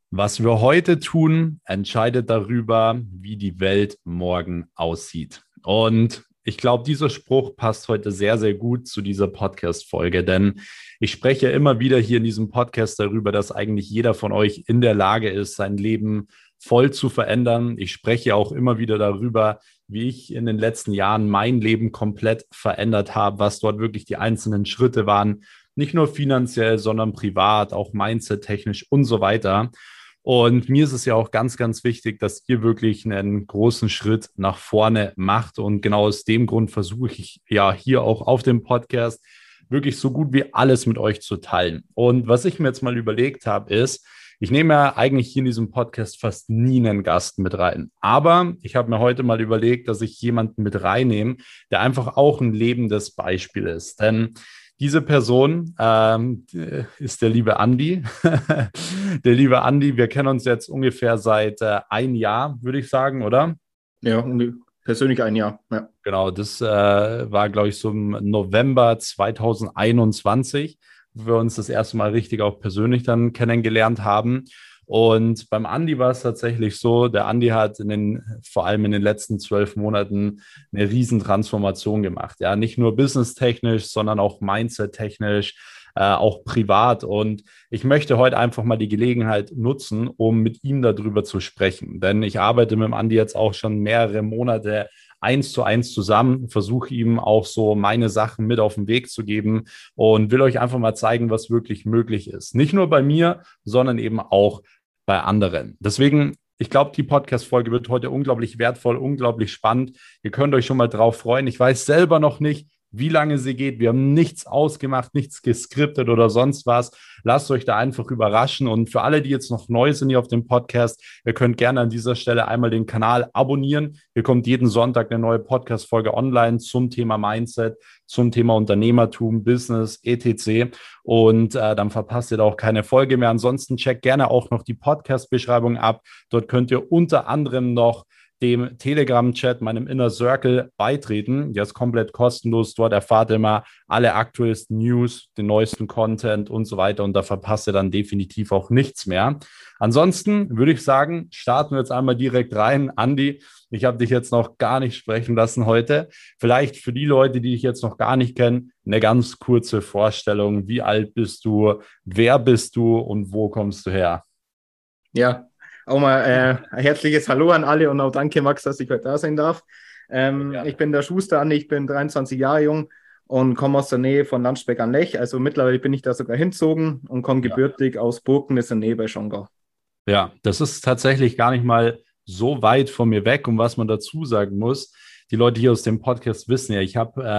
Was wir heute tun, entscheidet darüber, wie die Welt morgen aussieht. Und ich glaube, dieser Spruch passt heute sehr, sehr gut zu dieser Podcast-Folge, denn ich spreche immer wieder hier in diesem Podcast darüber, dass eigentlich jeder von euch in der Lage ist, sein Leben voll zu verändern. Ich spreche auch immer wieder darüber, wie ich in den letzten Jahren mein Leben komplett verändert habe, was dort wirklich die einzelnen Schritte waren, nicht nur finanziell, sondern privat, auch mindset-technisch und so weiter. Und mir ist es ja auch ganz, ganz wichtig, dass ihr wirklich einen großen Schritt nach vorne macht. Und genau aus dem Grund versuche ich ja hier auch auf dem Podcast wirklich so gut wie alles mit euch zu teilen. Und was ich mir jetzt mal überlegt habe, ist, ich nehme ja eigentlich hier in diesem Podcast fast nie einen Gast mit rein. Aber ich habe mir heute mal überlegt, dass ich jemanden mit reinnehme, der einfach auch ein lebendes Beispiel ist. Denn diese Person ist der liebe Andi. Der liebe Andi, wir kennen uns jetzt ungefähr seit ein Jahr, würde ich sagen, oder? Ja, persönlich ein Jahr. Ja. Genau, das war, glaube ich, so im November 2021, wo wir uns das erste Mal richtig auch persönlich dann kennengelernt haben. Und beim Andi war es tatsächlich so, der Andi hat vor allem in den letzten 12 Monaten eine Riesentransformation gemacht. Ja, nicht nur businesstechnisch, sondern auch mindset-technisch, auch privat. Und ich möchte heute einfach mal die Gelegenheit nutzen, um mit ihm darüber zu sprechen. Denn ich arbeite mit dem Andi jetzt auch schon mehrere Monate 1:1 zusammen, versuche ihm auch so meine Sachen mit auf den Weg zu geben und will euch einfach mal zeigen, was wirklich möglich ist. Nicht nur bei mir, sondern eben auch bei anderen. Deswegen, ich glaube, die Podcast-Folge wird heute unglaublich wertvoll, unglaublich spannend. Ihr könnt euch schon mal drauf freuen. Ich weiß selber noch nicht, wie lange sie geht. Wir haben nichts ausgemacht, nichts geskriptet oder sonst was. Lasst euch da einfach überraschen. Und für alle, die jetzt noch neu sind hier auf dem Podcast, ihr könnt gerne an dieser Stelle einmal den Kanal abonnieren. Hier kommt jeden Sonntag eine neue Podcast-Folge online zum Thema Mindset, zum Thema Unternehmertum, Business, etc. Und dann verpasst ihr da auch keine Folge mehr. Ansonsten checkt gerne auch noch die Podcast-Beschreibung ab. Dort könnt ihr unter anderem noch dem Telegram-Chat, meinem Inner Circle, beitreten. Der ist komplett kostenlos. Dort erfahrt ihr immer alle aktuellsten News, den neuesten Content und so weiter. Und da verpasst ihr dann definitiv auch nichts mehr. Ansonsten würde ich sagen, starten wir jetzt einmal direkt rein. Andi, ich habe dich jetzt noch gar nicht sprechen lassen heute. Vielleicht für die Leute, die dich jetzt noch gar nicht kennen, eine ganz kurze Vorstellung. Wie alt bist du? Wer bist du und wo kommst du her? Ja, auch mal ein herzliches Hallo an alle und auch danke, Max, dass ich heute da sein darf. Ich bin der Schuster Andi, ich bin 23 Jahre jung und komme aus der Nähe von Landsberg an Lech. Also mittlerweile bin ich da sogar hinzogen und komme Ja. gebürtig aus Burgen, das ist in der Nähe bei Schongau. Ja, das ist tatsächlich gar nicht mal so weit von mir weg. Und was man dazu sagen muss, die Leute hier aus dem Podcast wissen ja,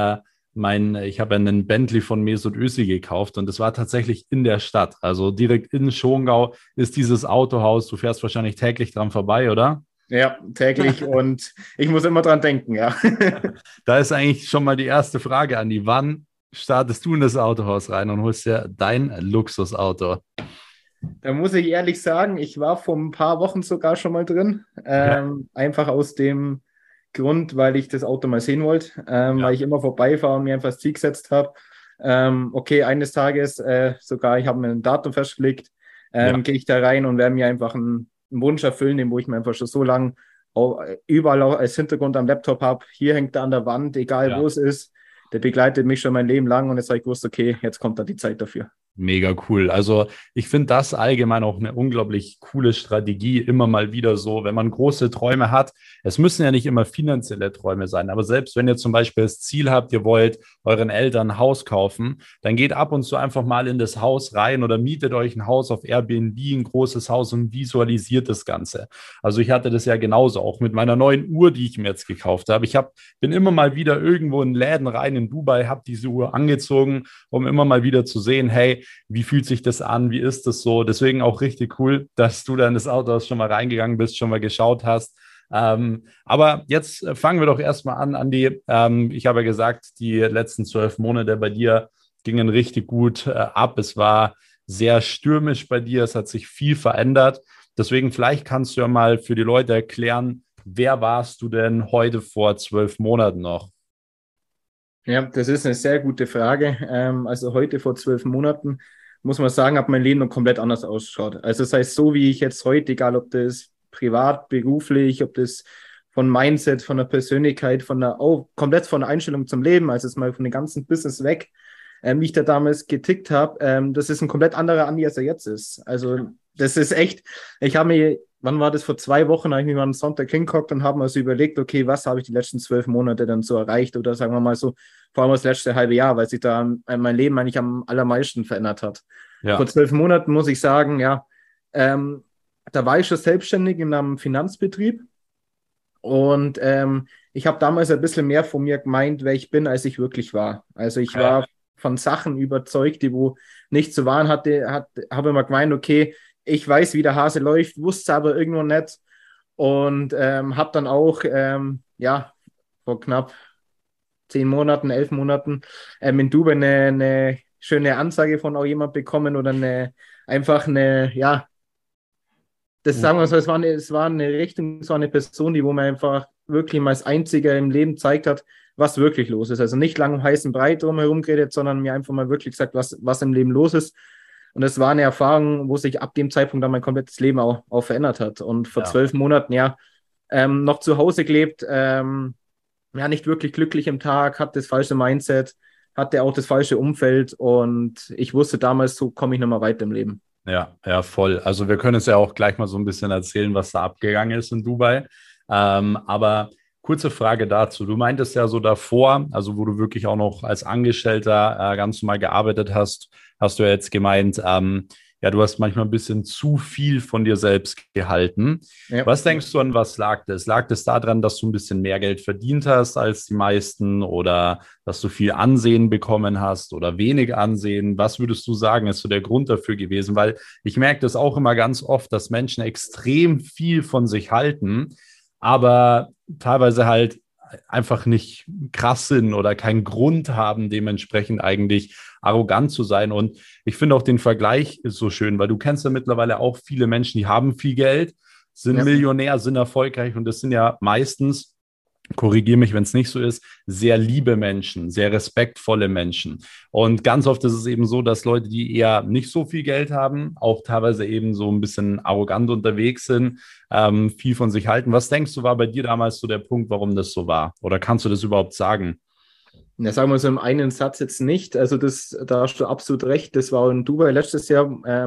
ich habe einen Bentley von Mesut Özil gekauft und das war tatsächlich in der Stadt. Also direkt in Schongau ist dieses Autohaus. Du fährst wahrscheinlich täglich dran vorbei, oder? Ja, täglich und ich muss immer dran denken, ja. Da ist eigentlich schon mal die erste Frage an die. Wann startest du in das Autohaus rein und holst dir dein Luxusauto? Da muss ich ehrlich sagen, ich war vor ein paar Wochen sogar schon mal drin. Ja, Einfach aus dem Grund, weil ich das Auto mal sehen wollte, weil ja, ich immer vorbeifahre und mir einfach das Ziel gesetzt habe. Okay, eines Tages sogar, ich habe mir ein Datum festgelegt, ja, gehe ich da rein und werde mir einfach einen Wunsch erfüllen, den wo ich mir einfach schon so lange überall auch als Hintergrund am Laptop habe. Hier hängt er an der Wand, egal wo ja. es ist. Der begleitet mich schon mein Leben lang und jetzt habe ich gewusst, okay, jetzt kommt da die Zeit dafür. Mega cool. Also ich finde das allgemein auch eine unglaublich coole Strategie, immer mal wieder so, wenn man große Träume hat. Es müssen ja nicht immer finanzielle Träume sein, aber selbst wenn ihr zum Beispiel das Ziel habt, ihr wollt euren Eltern ein Haus kaufen, dann geht ab und zu einfach mal in das Haus rein oder mietet euch ein Haus auf Airbnb, ein großes Haus und visualisiert das Ganze. Also ich hatte das ja genauso auch mit meiner neuen Uhr, die ich mir jetzt gekauft habe. Bin immer mal wieder irgendwo in Läden rein in Dubai, habe diese Uhr angezogen, um immer mal wieder zu sehen, hey, wie fühlt sich das an? Wie ist das so? Deswegen auch richtig cool, dass du da in das Autohaus schon mal reingegangen bist, schon mal geschaut hast. Aber jetzt fangen wir doch erstmal an, Andi. Ich habe ja gesagt, die letzten 12 Monate bei dir gingen richtig gut ab. Es war sehr stürmisch bei dir. Es hat sich viel verändert. Deswegen vielleicht kannst du ja mal für die Leute erklären, wer warst du denn heute vor 12 Monaten noch? Ja, das ist eine sehr gute Frage. Also heute vor 12 Monaten muss man sagen, hat mein Leben noch komplett anders ausgeschaut. Also das heißt, so wie ich jetzt heute, egal ob das privat, beruflich, ob das von Mindset, von der Persönlichkeit, komplett von der Einstellung zum Leben, also jetzt mal von dem ganzen Business weg, wie ich da damals getickt habe, das ist ein komplett anderer Andi, als er jetzt ist. Also das ist echt, ich habe mir, wann war das, vor 2 Wochen, habe ich mich mal am Sonntag hingehockt und habe mir so überlegt, okay, was habe ich die letzten 12 Monate dann so erreicht oder sagen wir mal so, vor allem das letzte halbe Jahr, weil sich da mein Leben eigentlich am allermeisten verändert hat. Vor 12 Monaten muss ich sagen, ja, da war ich schon selbstständig in einem Finanzbetrieb und ich habe damals ein bisschen mehr von mir gemeint, wer ich bin, als ich wirklich war. Also ich war von Sachen überzeugt, die wo nicht so waren, habe immer gemeint, okay, ich weiß, wie der Hase läuft, wusste aber irgendwo nicht und habe dann auch, ja, vor knapp 10 Monaten, 11 Monaten in Dubai eine schöne Ansage von auch jemand bekommen oder einfach eine, ja, das sagen wir so, es war eine Richtung, es war eine Person, die wo mir einfach wirklich mal als einziger im Leben gezeigt hat, was wirklich los ist. Also nicht lang um heißen Brei drumherum geredet, sondern mir einfach mal wirklich gesagt, was im Leben los ist. Und das war eine Erfahrung, wo sich ab dem Zeitpunkt dann mein komplettes Leben auch verändert hat. Und vor 12 Monaten, ja, noch zu Hause gelebt, ja, nicht wirklich glücklich im Tag, hatte das falsche Mindset, hatte auch das falsche Umfeld und ich wusste damals, so komme ich nochmal weiter im Leben. Ja, ja, voll. Also wir können es ja auch gleich mal so ein bisschen erzählen, was da abgegangen ist in Dubai. Aber kurze Frage dazu. Du meintest ja so davor, also wo du wirklich auch noch als Angestellter ganz normal gearbeitet hast, hast du ja jetzt gemeint, ja, du hast manchmal ein bisschen zu viel von dir selbst gehalten. Ja. Was denkst du, an was lag das? Lag das daran, dass du ein bisschen mehr Geld verdient hast als die meisten oder dass du viel Ansehen bekommen hast oder wenig Ansehen? Was würdest du sagen, ist so der Grund dafür gewesen? Weil ich merke das auch immer ganz oft, dass Menschen extrem viel von sich halten, aber teilweise halt einfach nicht krass sind oder keinen Grund haben, dementsprechend eigentlich arrogant zu sein. Und ich finde auch den Vergleich ist so schön, weil du kennst ja mittlerweile auch viele Menschen, die haben viel Geld, sind Millionär, sind erfolgreich und das sind ja meistens, korrigiere mich, wenn es nicht so ist, sehr liebe Menschen, sehr respektvolle Menschen. Und ganz oft ist es eben so, dass Leute, die eher nicht so viel Geld haben, auch teilweise eben so ein bisschen arrogant unterwegs sind, viel von sich halten. Was denkst du, war bei dir damals so der Punkt, warum das so war? Oder kannst du das überhaupt sagen? Ja, sagen wir so im einen Satz jetzt nicht. Also da hast du absolut recht. Das war in Dubai letztes Jahr,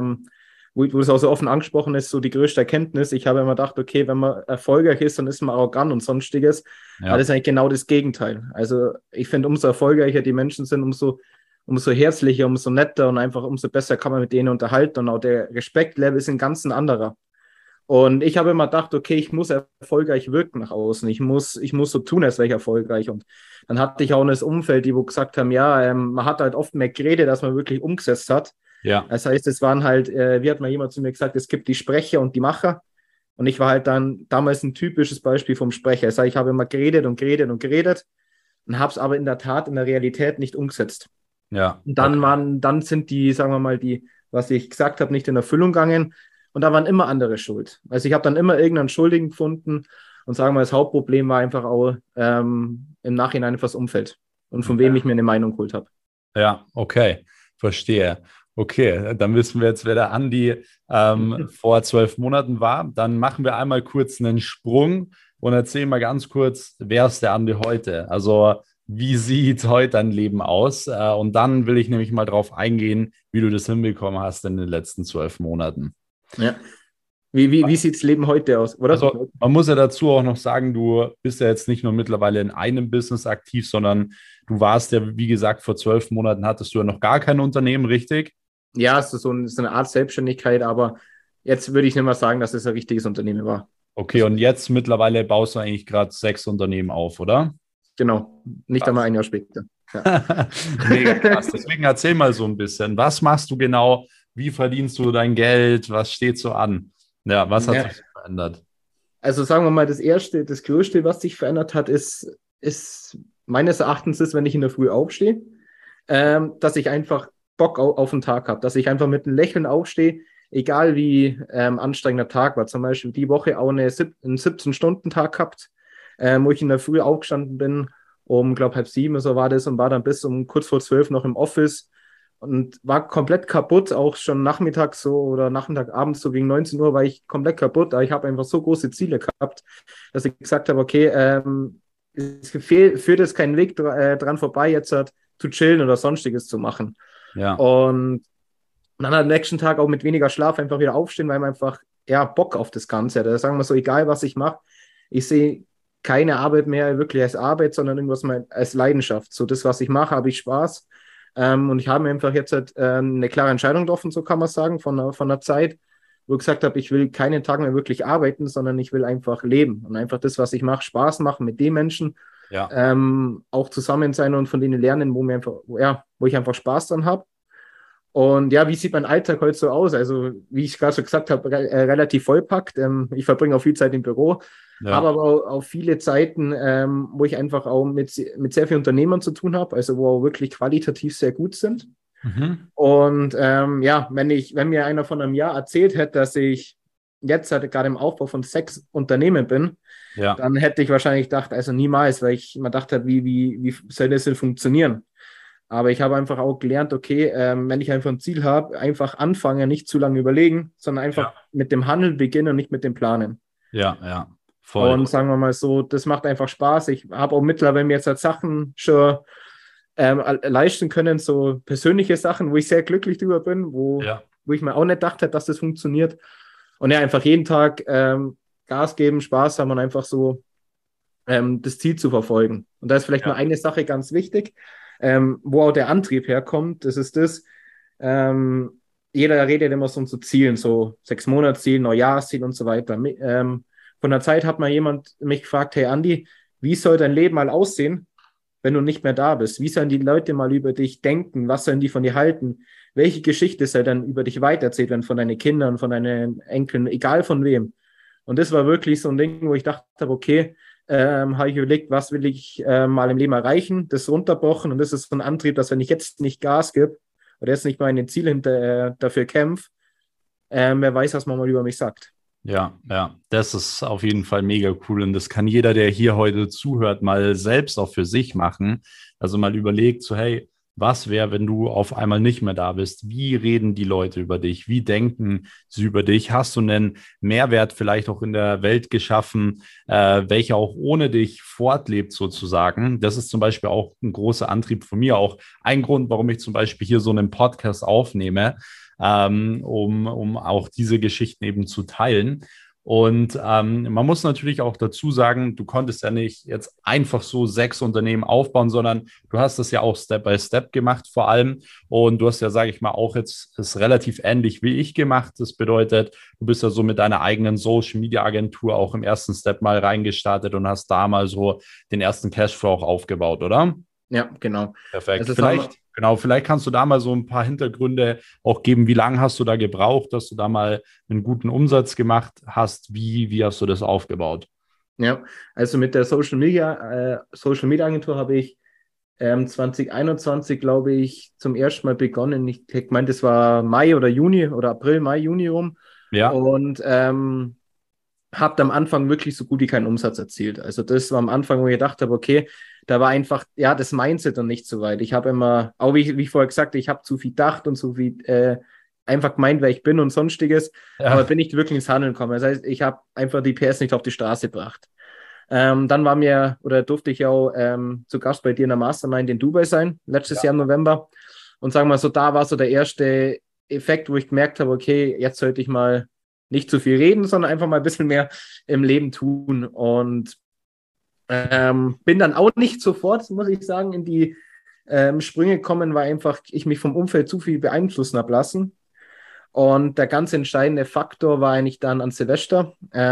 wo es auch so offen angesprochen ist, so die größte Erkenntnis. Ich habe immer gedacht, okay, wenn man erfolgreich ist, dann ist man arrogant und sonstiges. Ja. Aber das ist eigentlich genau das Gegenteil. Also ich finde, umso erfolgreicher die Menschen sind, umso herzlicher, umso netter und einfach umso besser kann man mit denen unterhalten. Und auch der Respektlevel ist ein ganz anderer. Und ich habe immer gedacht, okay, ich muss erfolgreich wirken nach außen. Ich muss so tun, als wäre ich erfolgreich. Und dann hatte ich auch das Umfeld, die wo gesagt haben, ja, man hat halt oft mehr geredet, als man wirklich umgesetzt hat. Ja. Das heißt, es waren halt, wie hat mal jemand zu mir gesagt, es gibt die Sprecher und die Macher. Und ich war halt dann damals ein typisches Beispiel vom Sprecher. Das heißt, ich habe immer geredet und geredet und geredet und habe es aber in der Tat, in der Realität nicht umgesetzt. Ja. Und dann sind die, sagen wir mal, was ich gesagt habe, nicht in Erfüllung gegangen. Und da waren immer andere schuld. Also ich habe dann immer irgendeinen Schuldigen gefunden und sagen wir, das Hauptproblem war einfach auch im Nachhinein einfach das Umfeld und von wem ich mir eine Meinung geholt habe. Ja, okay, verstehe. Okay, dann wissen wir jetzt, wer der Andi vor 12 Monaten war. Dann machen wir einmal kurz einen Sprung und erzählen mal ganz kurz, wer ist der Andi heute? Also wie sieht heute dein Leben aus? Und dann will ich nämlich mal drauf eingehen, wie du das hinbekommen hast in den letzten 12 Monaten. Ja. Wie sieht das Leben heute aus, oder? Also man muss ja dazu auch noch sagen, du bist ja jetzt nicht nur mittlerweile in einem Business aktiv, sondern du warst ja, wie gesagt, vor 12 Monaten hattest du ja noch gar kein Unternehmen, richtig? Ja, es ist so eine Art Selbstständigkeit, aber jetzt würde ich nicht mal sagen, dass es ein richtiges Unternehmen war. Okay, und jetzt mittlerweile baust du eigentlich gerade 6 Unternehmen auf, oder? Genau, nicht einmal ein Jahr später. Ja. Mega krass. Deswegen erzähl mal so ein bisschen, was machst du genau? Wie verdienst du dein Geld? Was steht so an? Ja, was hat sich verändert? Also sagen wir mal, das Größte, was sich verändert hat, ist meines Erachtens, wenn ich in der Früh aufstehe, dass ich einfach Bock auf den Tag habe, dass ich einfach mit einem Lächeln aufstehe, egal wie anstrengender Tag war. Zum Beispiel die Woche auch einen 17-Stunden-Tag gehabt, wo ich in der Früh aufgestanden bin, glaube 6:30 so war das und war dann bis um kurz vor 12 noch im Office und war komplett kaputt, auch schon nachmittags so oder Nachmittagabends so gegen 19 Uhr war ich komplett kaputt, aber ich habe einfach so große Ziele gehabt, dass ich gesagt habe, okay, es führt jetzt keinen Weg dran vorbei, jetzt halt zu chillen oder sonstiges zu machen. Ja, Und dann am nächsten Tag auch mit weniger Schlaf einfach wieder aufstehen, weil man einfach Bock auf das Ganze hat. Da sagen wir so, egal was ich mache, ich sehe keine Arbeit mehr wirklich als Arbeit, sondern irgendwas mal als Leidenschaft. So das, was ich mache, habe ich Spaß. Und ich habe mir einfach jetzt halt, eine klare Entscheidung getroffen, so kann man sagen, von der Zeit, wo ich gesagt habe, ich will keinen Tag mehr wirklich arbeiten, sondern ich will einfach leben und einfach das, was ich mache, Spaß machen mit den Menschen, ja, auch zusammen sein und von denen lernen, wo ich einfach Spaß dran habe. Und ja, wie sieht mein Alltag heute so aus? Also, wie ich gerade schon gesagt habe, relativ vollpackt. Ich verbringe auch viel Zeit im Büro, habe ja. aber auch viele Zeiten, wo ich einfach auch mit sehr vielen Unternehmern zu tun habe, also wo auch wirklich qualitativ sehr gut sind. Mhm. Und ja, wenn mir einer von einem Jahr erzählt hätte, dass ich jetzt halt gerade im Aufbau von 6 Unternehmen bin, Ja, dann hätte ich wahrscheinlich gedacht, also niemals, weil ich immer gedacht habe, wie soll das denn funktionieren? Aber ich habe einfach auch gelernt, okay, wenn ich einfach ein Ziel habe, einfach anfangen, nicht zu lange überlegen, sondern einfach ja, mit dem Handeln beginnen und nicht mit dem Planen. ja, ja, voll. Und sagen wir mal so, das macht einfach Spaß. Ich habe auch mittlerweile mir jetzt halt Sachen schon leisten können, so persönliche Sachen, wo ich sehr glücklich drüber bin, Ja, wo ich mir auch nicht gedacht hätte, dass das funktioniert. Und ja, einfach jeden Tag Gas geben, Spaß haben und einfach so das Ziel zu verfolgen. Und da ist vielleicht nur ja, eine Sache ganz wichtig, wo auch der Antrieb herkommt. Das ist das, jeder redet immer so zu Zielen, so 6-Monats-Ziel, Neujahrsziel und so weiter. Von der Zeit hat mal jemand mich gefragt, hey Andi, wie soll dein Leben mal aussehen, wenn du nicht mehr da bist? Wie sollen die Leute mal über dich denken? Was sollen die von dir halten? Welche Geschichte soll dann über dich weitererzählt werden von deinen Kindern, von deinen Enkeln, egal von wem? Und das war wirklich so ein Ding, wo ich dachte, okay, habe ich überlegt, was will ich mal im Leben erreichen, das runterbrochen und das ist so ein Antrieb, dass wenn ich jetzt nicht Gas gebe oder jetzt nicht meine Ziele dafür kämpfe, wer weiß, was man mal über mich sagt. ja, ja. Das ist auf jeden Fall mega cool. Und das kann jeder, der hier heute zuhört, mal selbst auch für sich machen. Also mal überlegt, so, hey, was wäre, wenn du auf einmal nicht mehr da bist? Wie reden die Leute über dich? Wie denken sie über dich? Hast du einen Mehrwert vielleicht auch in der Welt geschaffen, welcher auch ohne dich fortlebt sozusagen? Das ist zum Beispiel auch ein großer Antrieb von mir, auch ein Grund, warum ich zum Beispiel hier so einen Podcast aufnehme, um auch diese Geschichten eben zu teilen. Und man muss natürlich auch dazu sagen, du konntest ja nicht jetzt einfach so 6 Unternehmen aufbauen, sondern du hast das ja auch Step by Step gemacht vor allem. Und du hast ja, sage ich mal, auch jetzt das relativ ähnlich wie ich gemacht. Das bedeutet, du bist ja so mit deiner eigenen Social Media Agentur auch im ersten Step mal reingestartet und hast da mal so den ersten Cashflow auch aufgebaut, oder? Ja, genau. Perfekt. Also das haben wir, Vielleicht kannst du da mal so ein paar Hintergründe auch geben. Wie lange hast du da gebraucht, dass du da mal einen guten Umsatz gemacht hast? Wie hast du das aufgebaut? ja, also mit der Social Media Agentur habe ich 2021, glaube ich, zum ersten Mal begonnen. Ich meine, das war Mai oder Juni oder April, Mai, Juni rum. Ja, Und habt am Anfang wirklich so gut wie keinen Umsatz erzielt. Also das war am Anfang, wo ich gedacht habe, okay, da war einfach, ja, das Mindset und nicht so weit. Ich habe immer, auch wie ich vorher gesagt habe, ich habe zu viel gedacht und zu viel einfach gemeint, wer ich bin und sonstiges, aber ja, bin nicht wirklich ins Handeln gekommen. Das heißt, ich habe einfach die PS nicht auf die Straße gebracht. Dann durfte ich auch zu Gast bei dir in der Mastermind in Dubai sein, letztes Jahr im November. Und sagen wir mal so, da war so der erste Effekt, wo ich gemerkt habe, okay, jetzt sollte ich mal nicht zu viel reden, sondern einfach mal ein bisschen mehr im Leben tun. Und bin dann auch nicht sofort, muss ich sagen, in die Sprünge gekommen, weil einfach ich mich vom Umfeld zu viel beeinflussen habe lassen. Und der ganz entscheidende Faktor war eigentlich dann an Silvester,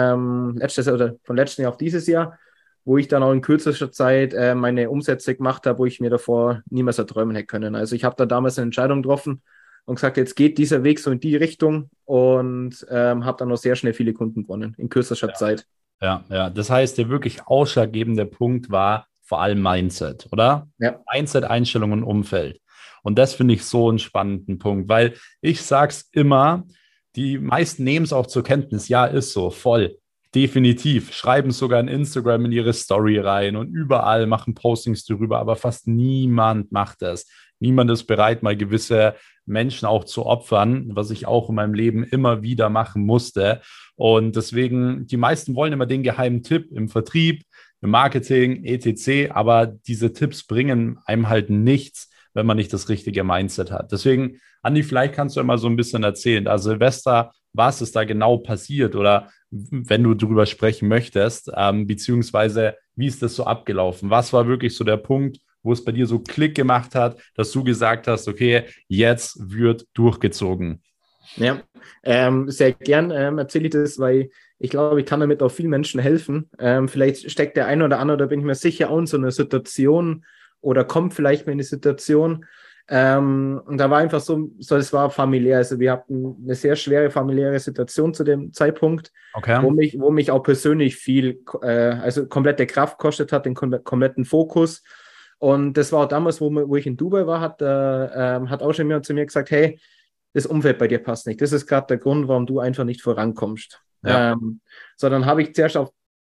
von letzten Jahr auf dieses Jahr, wo ich dann auch in kürzester Zeit meine Umsätze gemacht habe, wo ich mir davor niemals erträumen hätte können. Also ich habe da damals eine Entscheidung getroffen und gesagt, jetzt geht dieser Weg so in die Richtung und habe dann auch sehr schnell viele Kunden gewonnen in kürzester Zeit. ja, ja. Das heißt, der wirklich ausschlaggebende Punkt war vor allem Mindset, oder? Ja, Mindset, Einstellung und Umfeld. Und das finde ich so einen spannenden Punkt, weil ich sage es immer, die meisten nehmen es auch zur Kenntnis. Ja, ist so, voll. Definitiv. Schreiben es sogar in Instagram in ihre Story rein und überall machen Postings darüber, aber fast niemand macht das. niemand ist bereit, mal gewisse Menschen auch zu opfern, was ich auch in meinem Leben immer wieder machen musste. Und deswegen, die meisten wollen immer den geheimen Tipp im Vertrieb, im Marketing, etc. Aber diese Tipps bringen einem halt nichts, wenn man nicht das richtige Mindset hat. Deswegen, Andi, vielleicht kannst du immer so ein bisschen erzählen. Also Silvester, was ist da genau passiert oder wenn du darüber sprechen möchtest, beziehungsweise wie ist das so abgelaufen? Was war wirklich so der Punkt, wo es bei dir so Klick gemacht hat, dass du gesagt hast, okay, jetzt wird durchgezogen? Ja, sehr gern erzähle ich das, weil ich glaube, ich kann damit auch vielen Menschen helfen. Vielleicht steckt der eine oder andere, da bin ich mir sicher, auch in so einer Situation oder kommt vielleicht mal in die Situation. Und da war einfach so, es war familiär. Also wir hatten eine sehr schwere familiäre Situation zu dem Zeitpunkt, Okay. wo mich auch persönlich viel, also komplette Kraft kostet hat, den kompletten Fokus. Und das war auch damals, wo ich in Dubai war, hat auch schon jemand zu mir gesagt, hey, das Umfeld bei dir passt nicht. Das ist gerade der Grund, warum du einfach nicht vorankommst. Ja. So, dann habe ich zuerst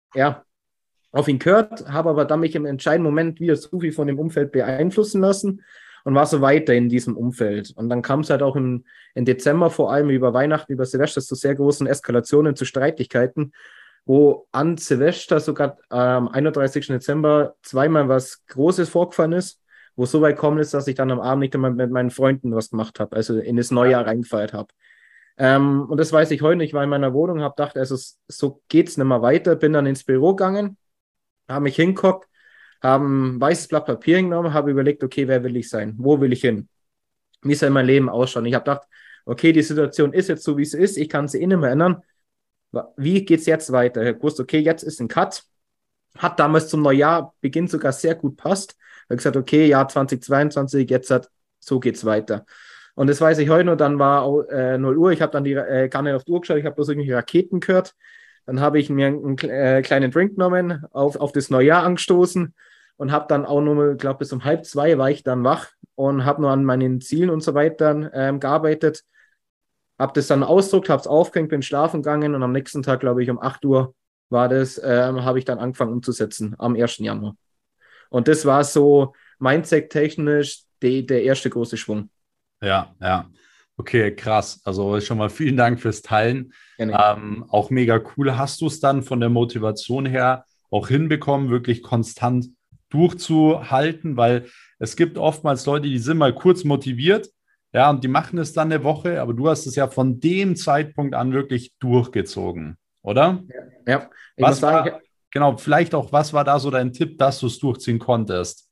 auf ihn gehört, habe aber dann mich im entscheidenden Moment wieder so viel von dem Umfeld beeinflussen lassen und war so weiter in diesem Umfeld. Und dann kam es halt auch im Dezember, vor allem über Weihnachten, über Silvester, zu sehr großen Eskalationen, zu Streitigkeiten, wo an Silvester sogar am 31. Dezember zweimal was Großes vorgefallen ist, wo es so weit gekommen ist, dass ich dann am Abend nicht einmal mit meinen Freunden was gemacht habe, also in das neue Jahr reingefeiert habe. Und das weiß ich heute. Ich war in meiner Wohnung, habe gedacht, also so geht es nicht mehr weiter, bin dann ins Büro gegangen, habe mich hingeguckt, habe ein weißes Blatt Papier genommen, habe überlegt, okay, wer will ich sein? Wo will ich hin? Wie soll mein Leben ausschauen? Ich habe gedacht, okay, die Situation ist jetzt so, wie es ist, ich kann sie eh nicht mehr ändern. Wie geht es jetzt weiter? Ich habe gewusst, okay, jetzt ist ein Cut. Hat damals zum Neujahrbeginn sogar sehr gut passt. Ich habe gesagt, okay, Jahr 2022, so geht's weiter. Und das weiß ich heute noch, dann war 0 Uhr, ich habe dann gar nicht auf die Uhr geschaut, ich habe bloß irgendwelche Raketen gehört. Dann habe ich mir einen kleinen Drink genommen, auf das Neujahr angestoßen und habe dann auch nur, ich glaube, bis um 1:30 war ich dann wach und habe nur an meinen Zielen und so weiter gearbeitet. Habe das dann ausgedruckt, habe es aufgehängt, bin schlafen gegangen und am nächsten Tag, glaube ich, um 8 Uhr war das, habe ich dann angefangen umzusetzen, am 1. Januar. Und das war so mindset-technisch der erste große Schwung. Ja, ja. Okay, krass. Also schon mal vielen Dank fürs Teilen. Gerne. Auch mega cool. Hast du es dann von der Motivation her auch hinbekommen, wirklich konstant durchzuhalten? Weil es gibt oftmals Leute, die sind mal kurz motiviert, ja, und die machen es dann eine Woche, aber du hast es ja von dem Zeitpunkt an wirklich durchgezogen, oder? Ja, ich muss Was sagen, war, genau, vielleicht auch, was war da so dein Tipp, dass du es durchziehen konntest?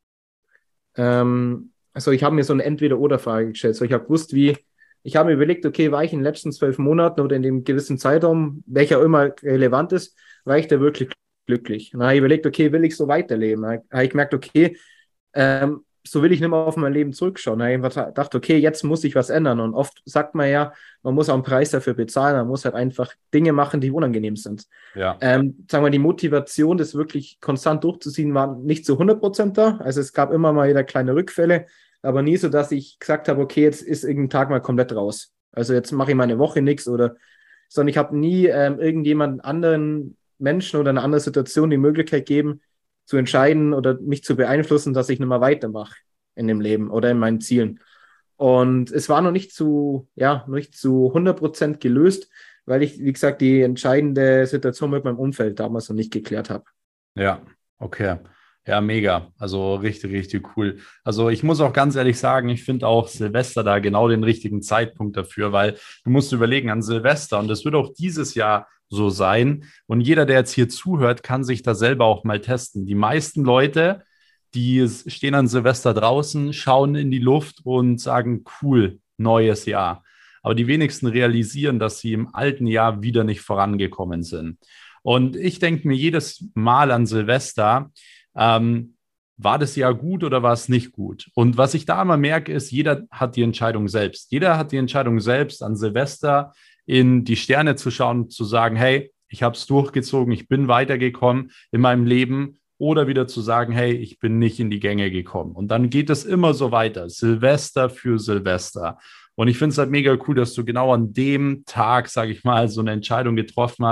also ich habe mir so eine Entweder-oder-Frage gestellt. So, ich habe mir überlegt, okay, war ich in den letzten 12 Monaten oder in dem gewissen Zeitraum, welcher immer relevant ist, war ich da wirklich glücklich? Dann habe ich überlegt, okay, will ich so weiterleben? Dann habe ich gemerkt, okay, so will ich nicht mehr auf mein Leben zurückschauen. Dann habe ich gedacht, okay, jetzt muss ich was ändern. Und oft sagt man ja, man muss auch einen Preis dafür bezahlen, man muss halt einfach Dinge machen, die unangenehm sind. Ja, Sagen wir, die Motivation, das wirklich konstant durchzuziehen, war nicht zu 100% da. Also es gab immer mal wieder kleine Rückfälle, aber nie so, dass ich gesagt habe, okay, jetzt ist irgendein Tag mal komplett raus. Also jetzt mache ich mal eine Woche nichts sondern ich habe nie irgendjemanden anderen Menschen oder eine andere Situation die Möglichkeit gegeben, zu entscheiden oder mich zu beeinflussen, dass ich nicht mehr weitermache in dem Leben oder in meinen Zielen. Und es war noch nicht zu 100% gelöst, weil ich, wie gesagt, die entscheidende Situation mit meinem Umfeld damals noch nicht geklärt habe. ja, okay. Ja, mega. Also richtig, richtig cool. Also ich muss auch ganz ehrlich sagen, ich finde auch Silvester da genau den richtigen Zeitpunkt dafür, weil du musst überlegen an Silvester und das wird auch dieses Jahr so sein. Und jeder, der jetzt hier zuhört, kann sich da selber auch mal testen. Die meisten Leute, die stehen an Silvester draußen, schauen in die Luft und sagen, cool, neues Jahr. Aber die wenigsten realisieren, dass sie im alten Jahr wieder nicht vorangekommen sind. Und ich denke mir jedes Mal an Silvester, war das Jahr gut oder war es nicht gut? Und was ich da immer merke, ist, jeder hat die Entscheidung selbst. Jeder hat die Entscheidung selbst, an Silvester in die Sterne zu schauen und zu sagen, hey, ich habe es durchgezogen, ich bin weitergekommen in meinem Leben. Oder wieder zu sagen, hey, ich bin nicht in die Gänge gekommen. Und dann geht es immer so weiter, Silvester für Silvester. Und ich finde es halt mega cool, dass du genau an dem Tag, sage ich mal, so eine Entscheidung getroffen hast,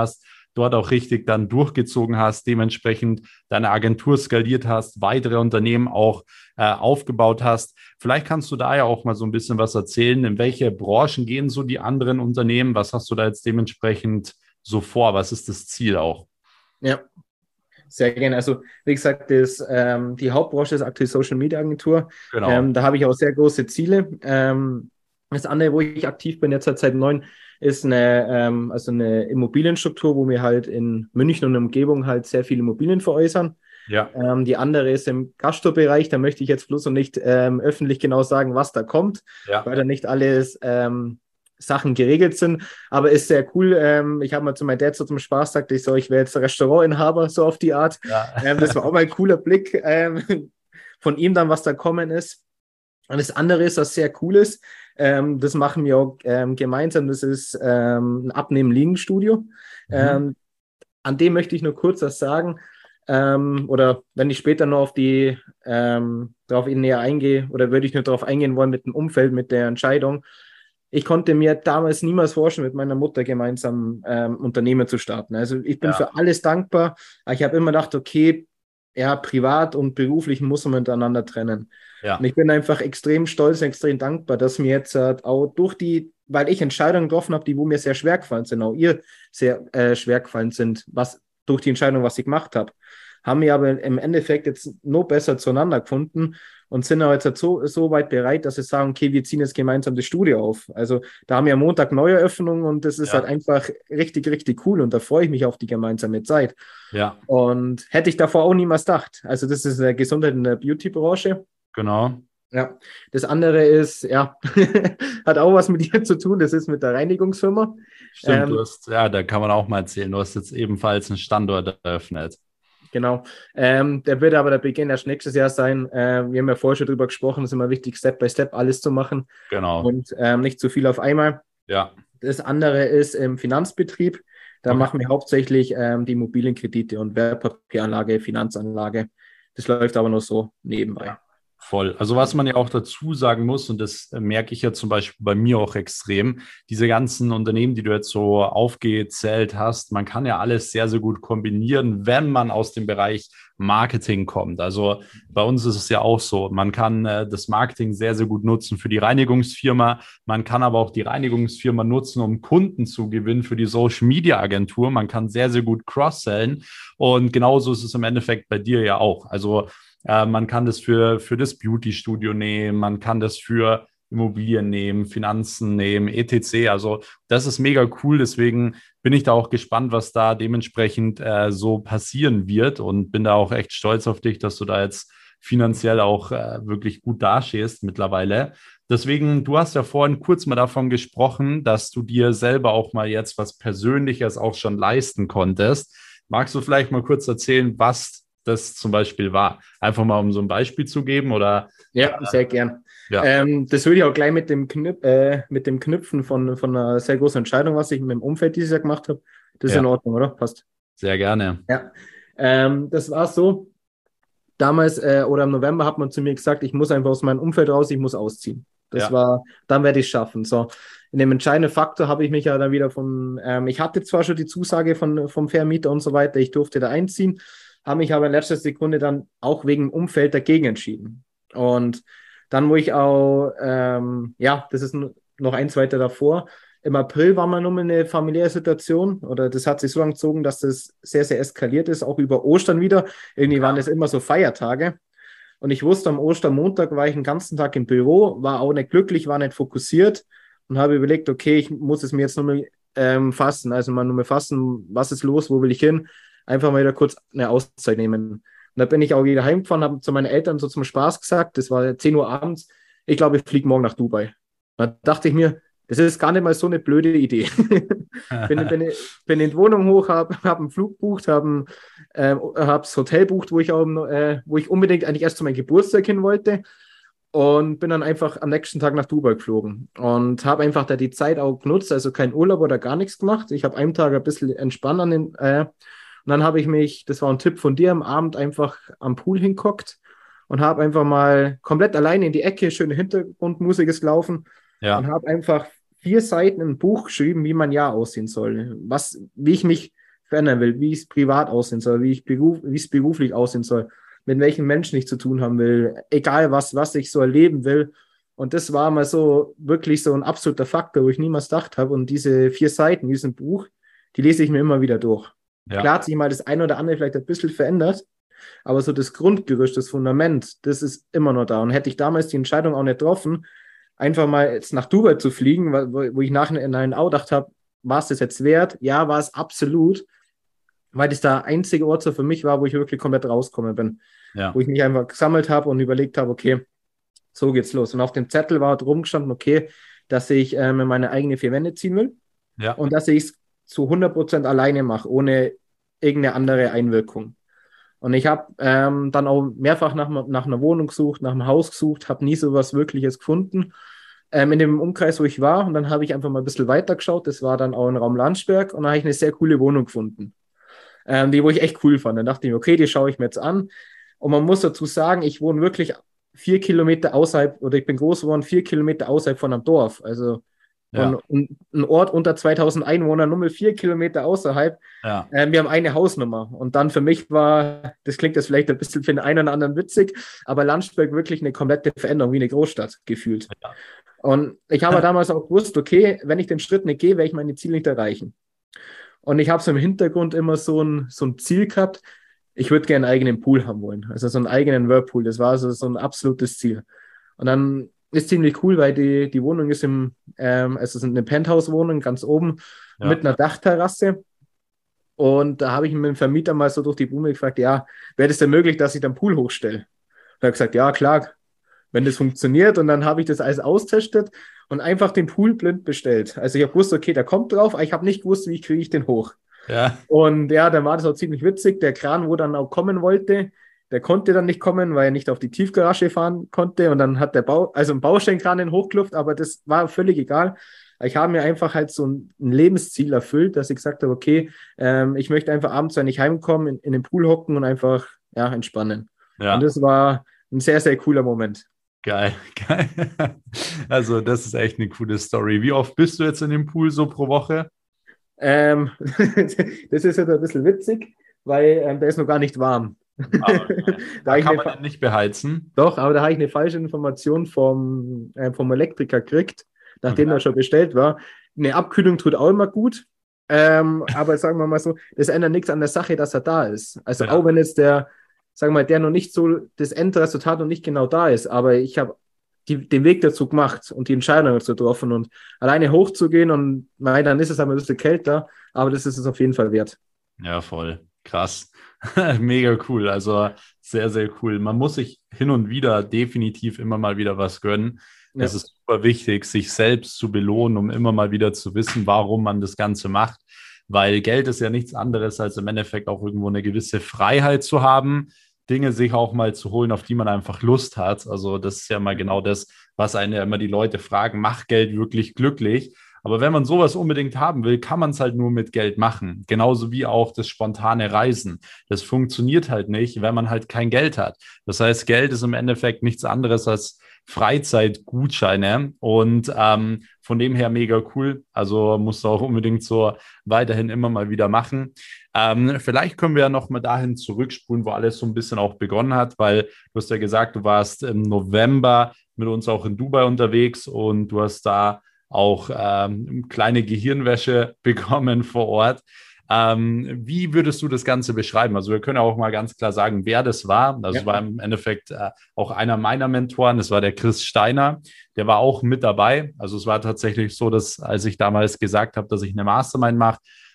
dort auch richtig dann durchgezogen hast, dementsprechend deine Agentur skaliert hast, weitere Unternehmen auch aufgebaut hast. Vielleicht kannst du da ja auch mal so ein bisschen was erzählen. In welche Branchen gehen so die anderen Unternehmen? Was hast du da jetzt dementsprechend so vor? Was ist das Ziel auch? Ja, sehr gerne. Also, wie gesagt, die Hauptbranche ist aktuell Social Media Agentur. Genau. Da habe ich auch sehr große Ziele. Das andere, wo ich aktiv bin, jetzt seit 9, ist also eine Immobilienstruktur, wo wir halt in München und Umgebung halt sehr viele Immobilien veräußern. Ja, Die andere ist im Gastro-Bereich. Da möchte ich jetzt bloß noch nicht öffentlich genau sagen, was da kommt, ja. weil da nicht alles Sachen geregelt sind. Aber ist sehr cool. Ich habe mal zu meinem Dad so zum Spaß gesagt, ich wäre jetzt Restaurantinhaber, so auf die Art. Ja. Das war auch mal ein cooler Blick von ihm dann, was da kommen ist. Und das andere ist, was sehr cool ist, das machen wir auch gemeinsam, das ist ein Abnehmen-Liegen-Studio. Mhm. An dem möchte ich nur kurz was sagen. Oder wenn ich später noch darauf näher eingehe, oder würde ich nur darauf eingehen wollen mit dem Umfeld, mit der Entscheidung. Ich konnte mir damals niemals vorstellen, mit meiner Mutter gemeinsam Unternehmen zu starten. Also ich bin Ja, für alles dankbar. Aber ich habe immer gedacht, okay, ja, privat und beruflich muss man miteinander trennen. Und ja, ich bin einfach extrem stolz und extrem dankbar, dass mir jetzt auch weil ich Entscheidungen getroffen habe, die wo mir sehr schwer gefallen sind, auch ihr sehr schwer gefallen sind, durch die Entscheidung, was ich gemacht habe, haben wir aber im Endeffekt jetzt noch besser zueinander gefunden und sind auch jetzt halt so weit bereit, dass sie sagen, okay, wir ziehen jetzt gemeinsam das Studio auf. Also da haben wir am Montag Neueröffnung und das ist halt ja, einfach richtig, richtig cool und da freue ich mich auf die gemeinsame Zeit. ja, Und hätte ich davor auch niemals gedacht. Also das ist eine Gesundheit in der Beauty-Branche. genau. Ja, das andere ist, ja, hat auch was mit dir zu tun, das ist mit der Reinigungsfirma. Stimmt, Ähm, ja, da kann man auch mal erzählen, du hast jetzt ebenfalls einen Standort eröffnet. Genau. Der wird aber der Beginn erst nächstes Jahr sein. Wir haben ja vorher schon drüber gesprochen, es ist immer wichtig, Step by Step alles zu machen Genau. und nicht zu viel auf einmal. Ja, Das andere ist im Finanzbetrieb. Da okay. machen wir hauptsächlich die Immobilienkredite und Wertpapieranlage, Finanzanlage. Das läuft aber nur so nebenbei. Ja, voll. Also was man ja auch dazu sagen muss, und das merke ich ja zum Beispiel bei mir auch extrem, diese ganzen Unternehmen, die du jetzt so aufgezählt hast, man kann ja alles sehr, sehr gut kombinieren, wenn man aus dem Bereich Marketing kommt. Also bei uns ist es ja auch so, man kann das Marketing sehr, sehr gut nutzen für die Reinigungsfirma, man kann aber auch die Reinigungsfirma nutzen, um Kunden zu gewinnen für die Social-Media-Agentur. Man kann sehr, sehr gut cross-sellen und genauso ist es im Endeffekt bei dir ja auch. Also man kann das für das Beauty-Studio nehmen, man kann das für Immobilien nehmen, Finanzen nehmen, etc. Also das ist mega cool. Deswegen bin ich da auch gespannt, was da dementsprechend so passieren wird und bin da auch echt stolz auf dich, dass du da jetzt finanziell auch wirklich gut dastehst mittlerweile. Deswegen, du hast ja vorhin kurz mal davon gesprochen, dass du dir selber auch mal jetzt was Persönliches auch schon leisten konntest. Magst du vielleicht mal kurz erzählen, was das zum Beispiel war? Einfach mal, um so ein Beispiel zu geben oder Ja, sehr gern. ja, Das würde ich auch gleich mit dem Knüpfen von einer sehr großen Entscheidung, was ich mit dem Umfeld dieses Jahr gemacht habe. Das ist ja, in Ordnung, oder? Passt. sehr gerne. Ja. Das war so. Damals oder im November hat man zu mir gesagt, ich muss einfach aus meinem Umfeld raus, ich muss ausziehen. Das Ja, war, dann werde ich es schaffen. So, in dem entscheidenden Faktor habe ich mich ja dann wieder ich hatte zwar schon die Zusage vom Vermieter und so weiter, ich durfte da einziehen, habe mich aber in letzter Sekunde dann auch wegen dem Umfeld dagegen entschieden. Und dann, wo ich auch, ja, das ist noch eins weiter davor, im April war mal nur eine familiäre Situation oder das hat sich so lang gezogen, dass das sehr, sehr eskaliert ist, auch über Ostern wieder. Irgendwie waren das immer so Feiertage. Und ich wusste, am Ostermontag war ich den ganzen Tag im Büro, war auch nicht glücklich, war nicht fokussiert und habe überlegt, okay, ich muss es mir jetzt nochmal fassen. Also mal nochmal fassen, was ist los, wo will ich hin? Einfach mal wieder kurz eine Auszeit nehmen. Und da bin ich auch wieder heimgefahren, habe zu meinen Eltern so zum Spaß gesagt, das war 10 Uhr abends, ich glaube, ich fliege morgen nach Dubai. Da dachte ich mir, das ist gar nicht mal so eine blöde Idee. Bin in die Wohnung hoch, hab einen Flug gebucht, habe das Hotel gebucht, wo ich unbedingt eigentlich erst zu meinem Geburtstag hin wollte und bin dann einfach am nächsten Tag nach Dubai geflogen und habe einfach da die Zeit auch genutzt, also kein Urlaub oder gar nichts gemacht. Ich habe einen Tag ein bisschen entspannt und dann habe ich mich, das war ein Tipp von dir, am Abend einfach am Pool hingehockt und habe einfach mal komplett alleine in die Ecke, schöne Hintergrundmusik ist gelaufen und ja, habe einfach 4 Seiten im Buch geschrieben, wie mein Jahr aussehen soll, wie ich mich verändern will, wie es privat aussehen soll, wie es beruflich aussehen soll, mit welchen Menschen ich zu tun haben will, egal was ich so erleben will. Und das war mal so wirklich so ein absoluter Faktor, wo ich niemals gedacht habe. Und diese 4 Seiten, diesem Buch, die lese ich mir immer wieder durch. Ja. Klar hat sich mal das eine oder andere vielleicht ein bisschen verändert, aber so das Grundgerüst, das Fundament, das ist immer noch da. Und hätte ich damals die Entscheidung auch nicht getroffen, einfach mal jetzt nach Dubai zu fliegen, wo ich nachher auch gedacht habe, war es das jetzt wert? Ja, war es absolut, weil das der einzige Ort so für mich war, wo ich wirklich komplett rausgekommen bin. Ja. Wo ich mich einfach gesammelt habe und überlegt habe, okay, so geht's los. Und auf dem Zettel war drum gestanden, okay, dass ich in meine eigene 4 Wände ziehen will Ja. und dass ich es zu 100% alleine mache, ohne irgendeine andere Einwirkung. Und ich habe dann auch mehrfach nach einer Wohnung gesucht, nach einem Haus gesucht, habe nie so was Wirkliches gefunden in dem Umkreis, wo ich war. Und dann habe ich einfach mal ein bisschen weiter geschaut. Das war dann auch in Raum Landsberg und da habe ich eine sehr coole Wohnung gefunden, wo ich echt cool fand. Dann dachte ich, okay, die schaue ich mir jetzt an. Und man muss dazu sagen, ich wohne wirklich 4 Kilometer außerhalb, oder ich bin groß geworden, 4 Kilometer außerhalb von einem Dorf. Also Ja. und ein Ort unter 2000 Einwohnern, nur mal 4 Kilometer außerhalb. Ja. Wir haben eine Hausnummer. Und dann für mich war, das klingt jetzt vielleicht ein bisschen für den einen oder anderen witzig, aber Landsberg wirklich eine komplette Veränderung, wie eine Großstadt gefühlt. Ja. Und ich habe damals auch gewusst, okay, wenn ich den Schritt nicht gehe, werde ich meine Ziele nicht erreichen. Und ich habe so im Hintergrund immer so ein Ziel gehabt, ich würde gerne einen eigenen Pool haben wollen. Also so einen eigenen Whirlpool. Das war so ein absolutes Ziel. Und dann ist ziemlich cool, weil die Wohnung ist es ist eine Penthouse-Wohnung ganz oben mit einer Dachterrasse. Und da habe ich mit dem Vermieter mal so durch die Blume gefragt, ja, wäre das denn möglich, dass ich den Pool hochstelle? Und er hat gesagt, ja, klar, wenn das funktioniert. Und dann habe ich das alles austestet und einfach den Pool blind bestellt. Also ich habe gewusst, okay, der kommt drauf, aber ich habe nicht gewusst, wie kriege ich den hoch. Ja. Und ja, dann war das auch ziemlich witzig. Der Kran, wo dann auch kommen wollte, der konnte dann nicht kommen, weil er nicht auf die Tiefgarage fahren konnte. Und dann hat ein Baustellenkran den hochgelupft, aber das war völlig egal. Ich habe mir einfach halt so ein Lebensziel erfüllt, dass ich gesagt habe, okay, ich möchte einfach abends, wenn ich heimkomme, in den Pool hocken und einfach entspannen. Ja. Und das war ein sehr, sehr cooler Moment. Geil, geil. Also das ist echt eine coole Story. Wie oft bist du jetzt in dem Pool so pro Woche? Das ist jetzt ein bisschen witzig, weil der ist noch gar nicht warm. Da kann man den nicht beheizen. Doch, aber da habe ich eine falsche Information vom Elektriker gekriegt, nachdem er schon bestellt war. Eine Abkühlung tut auch immer gut, aber sagen wir mal so, das ändert nichts an der Sache, dass er da ist. Also auch wenn jetzt der noch nicht so, das Endresultat noch nicht genau da ist, aber ich habe den Weg dazu gemacht und die Entscheidung dazu getroffen und alleine hochzugehen und dann ist es aber ein bisschen kälter, aber das ist es auf jeden Fall wert. Ja, voll. Krass. Mega cool. Also sehr, sehr cool. Man muss sich hin und wieder definitiv immer mal wieder was gönnen. Ja. Es ist super wichtig, sich selbst zu belohnen, um immer mal wieder zu wissen, warum man das Ganze macht. Weil Geld ist ja nichts anderes, als im Endeffekt auch irgendwo eine gewisse Freiheit zu haben, Dinge sich auch mal zu holen, auf die man einfach Lust hat. Also das ist ja mal genau das, was einen ja immer die Leute fragen, macht Geld wirklich glücklich? Aber wenn man sowas unbedingt haben will, kann man es halt nur mit Geld machen. Genauso wie auch das spontane Reisen. Das funktioniert halt nicht, wenn man halt kein Geld hat. Das heißt, Geld ist im Endeffekt nichts anderes als Freizeitgutscheine und von dem her mega cool. Also musst du auch unbedingt so weiterhin immer mal wieder machen. Vielleicht können wir ja noch mal dahin zurückspulen, wo alles so ein bisschen auch begonnen hat, weil du hast ja gesagt, du warst im November mit uns auch in Dubai unterwegs und du hast da auch kleine Gehirnwäsche bekommen vor Ort. Wie würdest du das Ganze beschreiben? Also wir können auch mal ganz klar sagen, wer das war. Also es war im Endeffekt auch einer meiner Mentoren, das war der Chris Steiner. Der war auch mit dabei. Also es war tatsächlich so, dass als ich damals gesagt habe, dass ich eine Mastermind mache,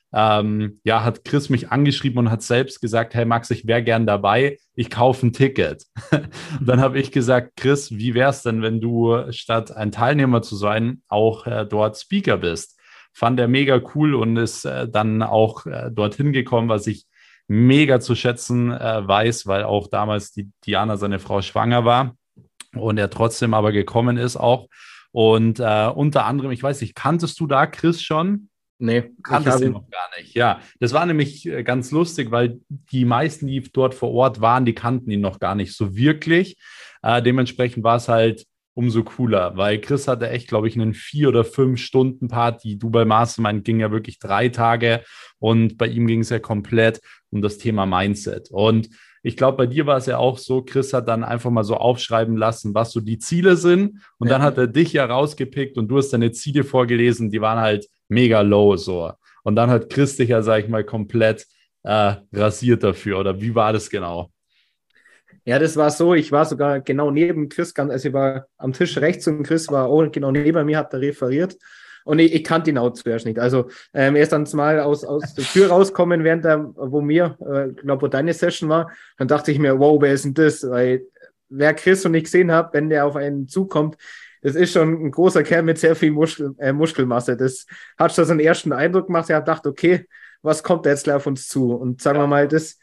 hat Chris mich angeschrieben und hat selbst gesagt, hey Max, ich wäre gern dabei, ich kaufe ein Ticket. Dann habe ich gesagt, Chris, wie wäre es denn, wenn du statt ein Teilnehmer zu sein, auch dort Speaker bist? Fand er mega cool und ist dann auch dorthin gekommen, was ich mega zu schätzen weiß, weil auch damals die Diana, seine Frau, schwanger war und er trotzdem aber gekommen ist auch. Und unter anderem, ich weiß nicht, kanntest du da Chris schon? Nee, kanntest du noch gar nicht. Ja, das war nämlich ganz lustig, weil die meisten, die dort vor Ort waren, die kannten ihn noch gar nicht so wirklich. Dementsprechend war es halt umso cooler, weil Chris hatte echt, glaube ich, einen 4 oder 5 Stunden Part. Die Dubai Mastermind ging ja wirklich 3 Tage und bei ihm ging es ja komplett um das Thema Mindset. Und ich glaube, bei dir war es ja auch so, Chris hat dann einfach mal so aufschreiben lassen, was so die Ziele sind. Und dann Ja. hat er dich ja rausgepickt und du hast deine Ziele vorgelesen, die waren halt mega low so. Und dann hat Chris dich ja, sag ich mal, komplett rasiert dafür. Oder wie war das genau? Ja, das war so, ich war sogar genau neben Chris, also ich war am Tisch rechts und Chris war auch genau neben mir, hat er referiert. Und ich kannte ihn auch zuerst nicht. Also er ist dann mal aus der Tür rauskommen, während wo deine Session war. Dann dachte ich mir, wow, wer ist denn das? Weil wer Chris noch nicht gesehen hat, wenn der auf einen zukommt, das ist schon ein großer Kerl mit sehr viel Muskelmasse. Das hat schon so einen ersten Eindruck gemacht. Er hat gedacht, okay, was kommt da jetzt gleich auf uns zu? Und sagen wir mal, das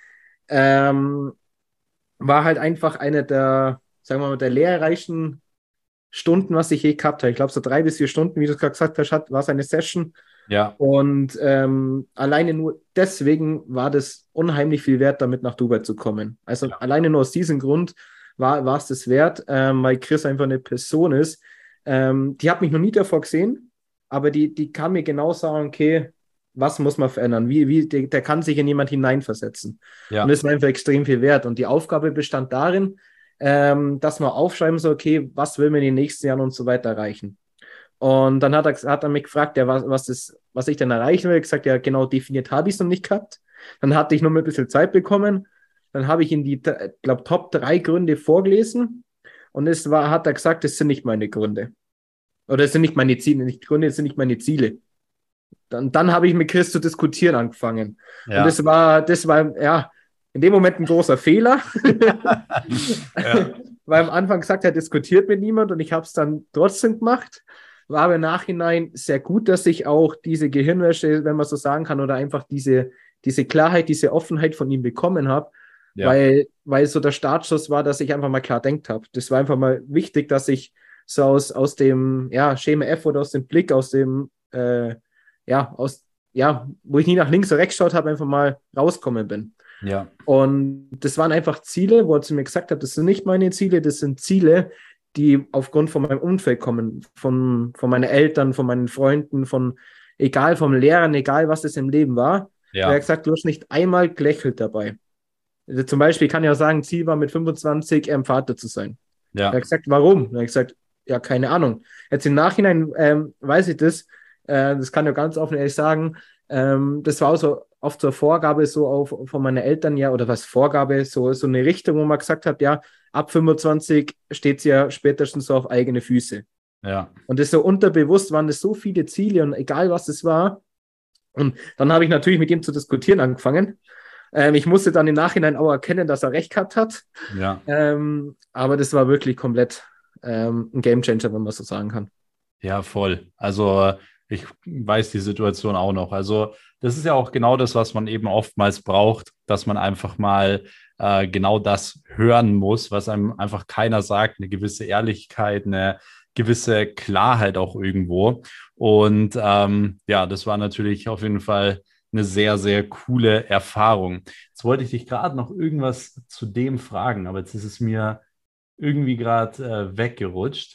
war halt einfach eine der, sagen wir mal, der lehrreichsten Stunden, was ich je gehabt habe. Ich glaube, so 3 bis 4 Stunden, wie du es gerade gesagt hast, war seine Session. Ja, Und alleine nur deswegen war das unheimlich viel wert, damit nach Dubai zu kommen. Also ja, alleine nur aus diesem Grund war es das wert, weil Chris einfach eine Person ist. Die hat mich noch nie davor gesehen, aber die kann mir genau sagen, okay, was muss man verändern? Der kann sich in jemand hineinversetzen. Und ja, das war einfach extrem viel wert. Und die Aufgabe bestand darin, dass man aufschreiben soll, okay, was will man in den nächsten Jahren und so weiter erreichen. Und dann hat er mich gefragt, ja, was ich denn erreichen will. Ich gesagt, ja, genau definiert habe ich es noch nicht gehabt. Dann hatte ich noch mal ein bisschen Zeit bekommen. Dann habe ich ihm die, glaube Top 3 Gründe vorgelesen. Und hat er gesagt, das sind nicht meine Gründe. Oder es sind nicht meine Ziele, nicht Gründe, es sind nicht meine Ziele. Dann habe ich mit Chris zu diskutieren angefangen. Und ja. das war, ja, in dem Moment ein großer Fehler. Ja, Weil am Anfang gesagt, er diskutiert mit niemand und ich habe es dann trotzdem gemacht. War aber im Nachhinein sehr gut, dass ich auch diese Gehirnwäsche, wenn man so sagen kann, oder einfach diese Klarheit, diese Offenheit von ihm bekommen habe, ja, weil so der Startschuss war, dass ich einfach mal klar denkt habe. Das war einfach mal wichtig, dass ich so aus dem Schema F oder aus dem Blick, aus dem wo ich nie nach links oder rechts geschaut habe, einfach mal rauskommen bin. ja, Und das waren einfach Ziele, wo er zu mir gesagt hat, das sind nicht meine Ziele, das sind Ziele, die aufgrund von meinem Umfeld kommen, von meinen Eltern, von meinen Freunden, vom Lehrern, egal was es im Leben war. Er hat ja, gesagt, du hast nicht einmal gelächelt dabei. Also zum Beispiel kann ich auch sagen, Ziel war mit 25 Vater zu sein. Er ja, hat gesagt, warum? Er hat gesagt, ja, keine Ahnung. Jetzt im Nachhinein weiß ich das kann ich ganz offen ehrlich sagen, das war auch so oft so eine Vorgabe von meinen Eltern, ja, oder was Vorgabe, so eine Richtung, wo man gesagt hat, ja, ab 25 steht es ja spätestens so auf eigene Füße. ja. Und das so unterbewusst waren das so viele Ziele und egal was es war. Und dann habe ich natürlich mit ihm zu diskutieren angefangen. Ich musste dann im Nachhinein auch erkennen, dass er recht gehabt hat. Ja. Aber das war wirklich komplett ein Gamechanger, wenn man so sagen kann. Ja, voll. Also ich weiß die Situation auch noch. Also das ist ja auch genau das, was man eben oftmals braucht, dass man einfach mal genau das hören muss, was einem einfach keiner sagt, eine gewisse Ehrlichkeit, eine gewisse Klarheit auch irgendwo. Und ja, das war natürlich auf jeden Fall eine sehr, sehr coole Erfahrung. Jetzt wollte ich dich gerade noch irgendwas zu dem fragen, aber jetzt ist es mir irgendwie gerade weggerutscht.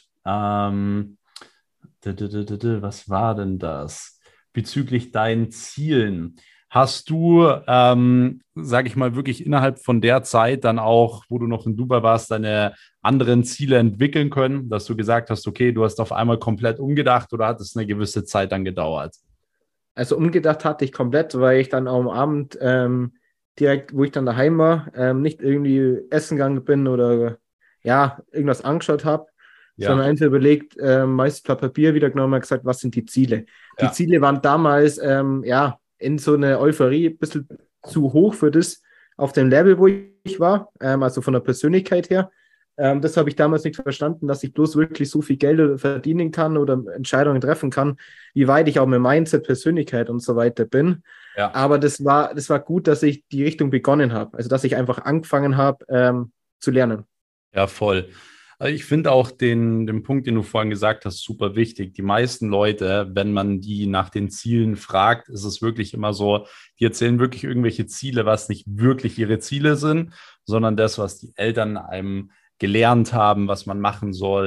Was war denn das? Bezüglich deinen Zielen. Hast du, sage ich mal, wirklich innerhalb von der Zeit dann auch, wo du noch in Dubai warst, deine anderen Ziele entwickeln können, dass du gesagt hast, okay, du hast auf einmal komplett umgedacht oder hat es eine gewisse Zeit dann gedauert? Also umgedacht hatte ich komplett, weil ich dann am Abend direkt, wo ich dann daheim war, nicht irgendwie essen gegangen bin oder ja, irgendwas angeschaut habe, Ja, sondern einfach überlegt, meist Blatt Papier wieder genommen und gesagt, was sind die Ziele? Die ja, Ziele waren damals in so eine Euphorie ein bisschen zu hoch für das auf dem Level, wo ich war, also von der Persönlichkeit her. Das habe ich damals nicht verstanden, dass ich bloß wirklich so viel Geld verdienen kann oder Entscheidungen treffen kann, wie weit ich auch mit Mindset, Persönlichkeit und so weiter bin. ja. Aber das war gut, dass ich die Richtung begonnen habe. Also, dass ich einfach angefangen habe zu lernen. Ja, voll. Also ich finde auch den Punkt, den du vorhin gesagt hast, super wichtig. Die meisten Leute, wenn man die nach den Zielen fragt, ist es wirklich immer so, die erzählen wirklich irgendwelche Ziele, was nicht wirklich ihre Ziele sind, sondern das, was die Eltern einem gelernt haben, was man machen soll,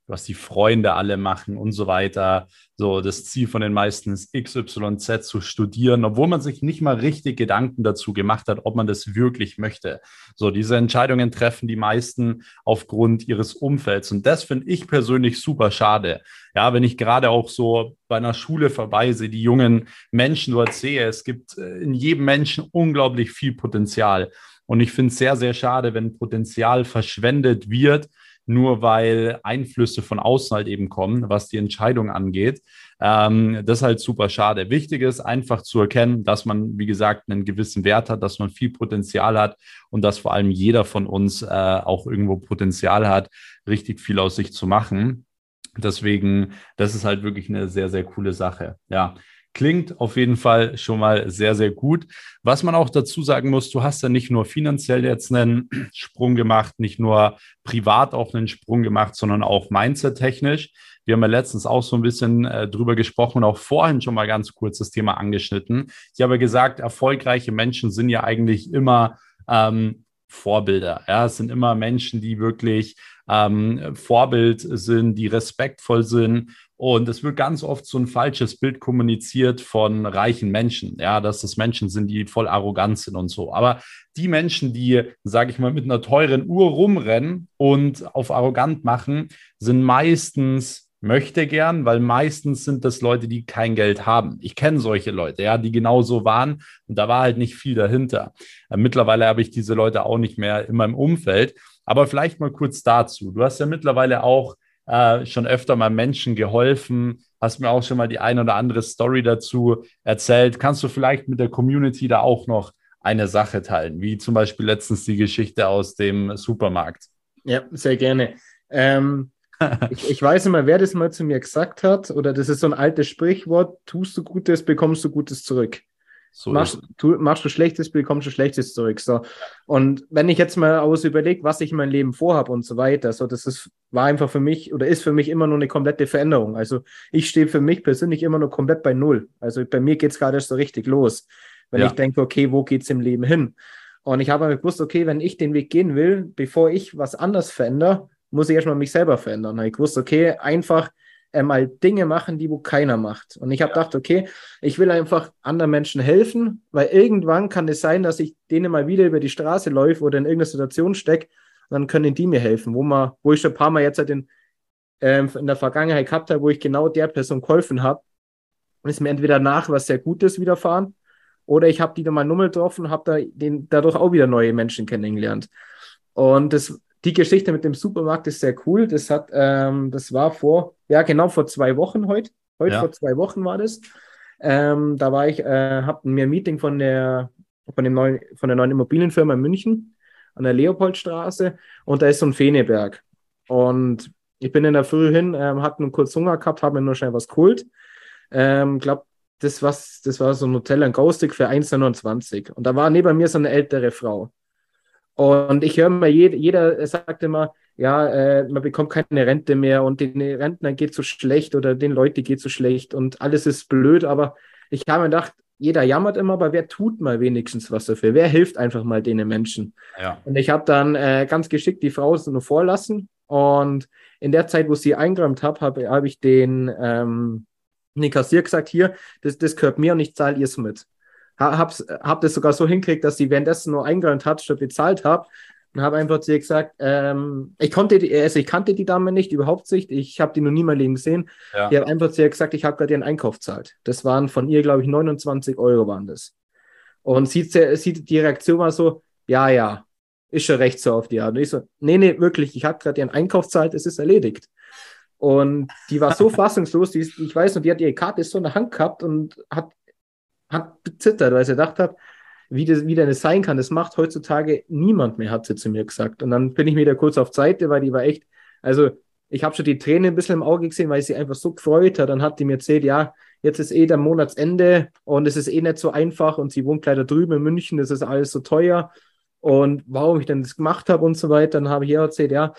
was die Freunde alle machen und so weiter. So, das Ziel von den meisten ist XYZ zu studieren, obwohl man sich nicht mal richtig Gedanken dazu gemacht hat, ob man das wirklich möchte. So, diese Entscheidungen treffen die meisten aufgrund ihres Umfelds. Und das finde ich persönlich super schade. Ja, wenn ich gerade auch so bei einer Schule vorbeisehe, die jungen Menschen dort sehe, es gibt in jedem Menschen unglaublich viel Potenzial. Und ich finde es sehr, sehr schade, wenn Potenzial verschwendet wird, nur weil Einflüsse von außen halt eben kommen, was die Entscheidung angeht. Das ist halt super schade. Wichtig ist einfach zu erkennen, dass man, wie gesagt, einen gewissen Wert hat, dass man viel Potenzial hat und dass vor allem jeder von uns auch irgendwo Potenzial hat, richtig viel aus sich zu machen. Deswegen, das ist halt wirklich eine sehr, sehr coole Sache. Ja, klingt auf jeden Fall schon mal sehr, sehr gut. Was man auch dazu sagen muss, du hast ja nicht nur finanziell jetzt einen Sprung gemacht, nicht nur privat auch einen Sprung gemacht, sondern auch mindset-technisch. Wir haben ja letztens auch so ein bisschen drüber gesprochen und auch vorhin schon mal ganz kurz das Thema angeschnitten. Ich habe gesagt, erfolgreiche Menschen sind ja eigentlich immer Vorbilder. Ja, es sind immer Menschen, die wirklich Vorbild sind, die respektvoll sind. Und es wird ganz oft so ein falsches Bild kommuniziert von reichen Menschen, ja, dass das Menschen sind, die voll arrogant sind und so. Aber die Menschen, die, sage ich mal, mit einer teuren Uhr rumrennen und auf arrogant machen, sind meistens möchte gern, weil meistens sind das Leute, die kein Geld haben. Ich kenne solche Leute, ja, die genauso waren und da war halt nicht viel dahinter. Mittlerweile habe ich diese Leute auch nicht mehr in meinem Umfeld. Aber vielleicht mal kurz dazu. Du hast ja mittlerweile auch schon öfter mal Menschen geholfen, hast mir auch schon mal die ein oder andere Story dazu erzählt. Kannst du vielleicht mit der Community da auch noch eine Sache teilen, wie zum Beispiel letztens die Geschichte aus dem Supermarkt? Ja, sehr gerne. Ich weiß nicht mehr, wer das mal zu mir gesagt hat, oder das ist so ein altes Sprichwort: Tust du Gutes, bekommst du Gutes zurück. So machst du Schlechtes, bekommst du Schlechtes zurück. So. Und wenn ich jetzt mal aus überlege, was ich in meinem Leben vorhabe und so weiter, so, war einfach für mich oder ist für mich immer nur eine komplette Veränderung. Also ich stehe für mich persönlich immer nur komplett bei Null. Also bei mir geht es gerade erst so richtig los, wenn ich denke, okay, wo geht es im Leben hin? Und ich habe mir gewusst, okay, wenn ich den Weg gehen will, bevor ich was anders verändere, muss ich erstmal mich selber verändern. Da habe ich gewusst, okay, einfach mal Dinge machen, die wo keiner macht. Und ich habe gedacht, okay, ich will einfach anderen Menschen helfen, weil irgendwann kann es sein, dass ich denen mal wieder über die Straße läufe oder in irgendeiner Situation stecke, und dann können die mir helfen, wo ich schon ein paar Mal jetzt halt in der Vergangenheit gehabt habe, wo ich genau der Person geholfen habe, und ist mir entweder nach was sehr Gutes widerfahren, oder ich habe die dann mal Nummer getroffen und habe dadurch auch wieder neue Menschen kennengelernt. Und die Geschichte mit dem Supermarkt ist sehr cool. Das war vor 2 Wochen heute. Vor 2 Wochen war das. Da habe mir ein Meeting von der neuen Immobilienfirma in München an der Leopoldstraße, und da ist so ein Feeneberg. Und ich bin in der Früh hin, hatte nur kurz Hunger gehabt, habe mir nur schnell was geholt. Glaube, das war so ein Hotel, ein Gaustig für 1,29. Und da war neben mir so eine ältere Frau. Und ich höre mal, jeder sagt immer, ja, man bekommt keine Rente mehr und den Rentnern geht so schlecht oder den Leuten geht so schlecht und alles ist blöd. Aber ich habe mir gedacht, jeder jammert immer, aber wer tut mal wenigstens was dafür? Wer hilft einfach mal den Menschen? Ja. Und ich habe dann ganz geschickt die Frau nur vorlassen, und in der Zeit, wo ich sie eingeräumt habe, habe ich den Kassier gesagt, hier, das gehört mir und ich zahle ihr es mit. Hab das sogar so hingekriegt, dass sie währenddessen nur eingeräumt hat, statt bezahlt habe. Und habe einfach zu ihr gesagt, ich kannte die Dame nicht, überhaupt nicht. Ich habe die noch nie in meinem Leben gesehen. Ja. Ich habe einfach zu ihr gesagt, ich habe gerade ihren Einkauf gezahlt. Das waren von ihr, glaube ich, 29 Euro waren das. Und die Reaktion war so, ja, ist schon recht so auf die Art. Und ich so, nee, wirklich, ich habe gerade ihren Einkauf gezahlt, es ist erledigt. Und die war so fassungslos, ich weiß noch, die hat ihre Karte so in der Hand gehabt und hat bezittert, weil sie gedacht hat, wie das sein kann. Das macht heutzutage niemand mehr, hat sie zu mir gesagt. Und dann bin ich wieder kurz auf Seite, weil die war echt, also ich habe schon die Tränen ein bisschen im Auge gesehen, weil sie einfach so gefreut hat. Dann hat die mir erzählt, ja, jetzt ist der Monatsende und es ist nicht so einfach und sie wohnt leider drüben in München, das ist alles so teuer und warum ich denn das gemacht habe und so weiter. Dann habe ich ihr erzählt, ja,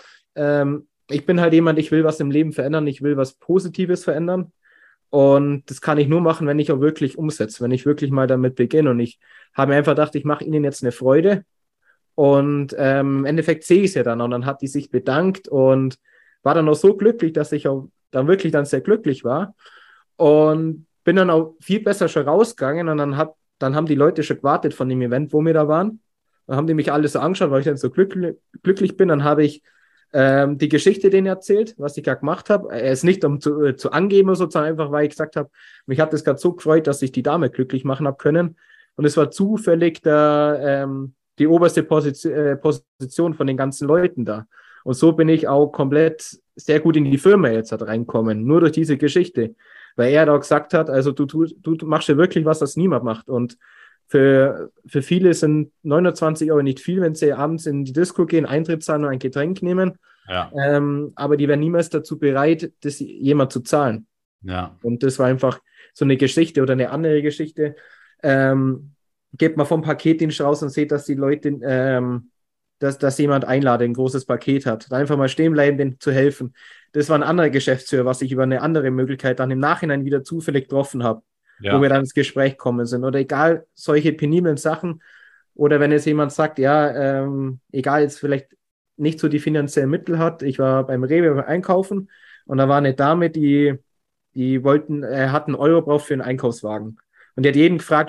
ich bin halt jemand, ich will was im Leben verändern, ich will was Positives verändern. Und das kann ich nur machen, wenn ich auch wirklich umsetze, wenn ich wirklich mal damit beginne. Und ich habe mir einfach gedacht, ich mache ihnen jetzt eine Freude. Und im Endeffekt sehe ich es ja dann. Und dann hat die sich bedankt und war dann auch so glücklich, dass ich auch dann wirklich dann sehr glücklich war und bin dann auch viel besser schon rausgegangen und dann haben die Leute schon gewartet von dem Event, wo wir da waren. Dann haben die mich alles so angeschaut, weil ich dann so glücklich bin. Dann habe ich die Geschichte denen erzählt, was ich gerade gemacht habe. Er ist nicht um zu angeben oder so, sondern einfach, weil ich gesagt habe, mich hat das gerade so gefreut, dass ich die Dame glücklich machen habe können. Und es war zufällig die oberste Position von den ganzen Leuten da. Und so bin ich auch komplett sehr gut in die Firma jetzt halt reinkommen, nur durch diese Geschichte. Weil er da gesagt hat, also du machst ja wirklich was, das niemand macht. Und für viele sind 29 € nicht viel, wenn sie abends in die Disco gehen, Eintritt zahlen und ein Getränk nehmen. Ja. Aber die wären niemals dazu bereit, das jemand zu zahlen. Ja. Und das war einfach so eine Geschichte oder eine andere Geschichte. Geht mal vom Paketdienst raus und seht, dass die Leute, dass jemand einladet, ein großes Paket hat. Einfach mal stehen bleiben, denen zu helfen. Das war ein anderer Geschäftsführer, was ich über eine andere Möglichkeit dann im Nachhinein wieder zufällig getroffen habe, Ja. wo wir dann ins Gespräch kommen sind. Oder egal, solche peniblen Sachen. Oder wenn jetzt jemand sagt, ja, egal, jetzt vielleicht nicht so die finanziellen Mittel hat. Ich war beim Rewe beim Einkaufen und da war eine Dame, die hat einen Euro braucht für einen Einkaufswagen. Und die hat jeden gefragt,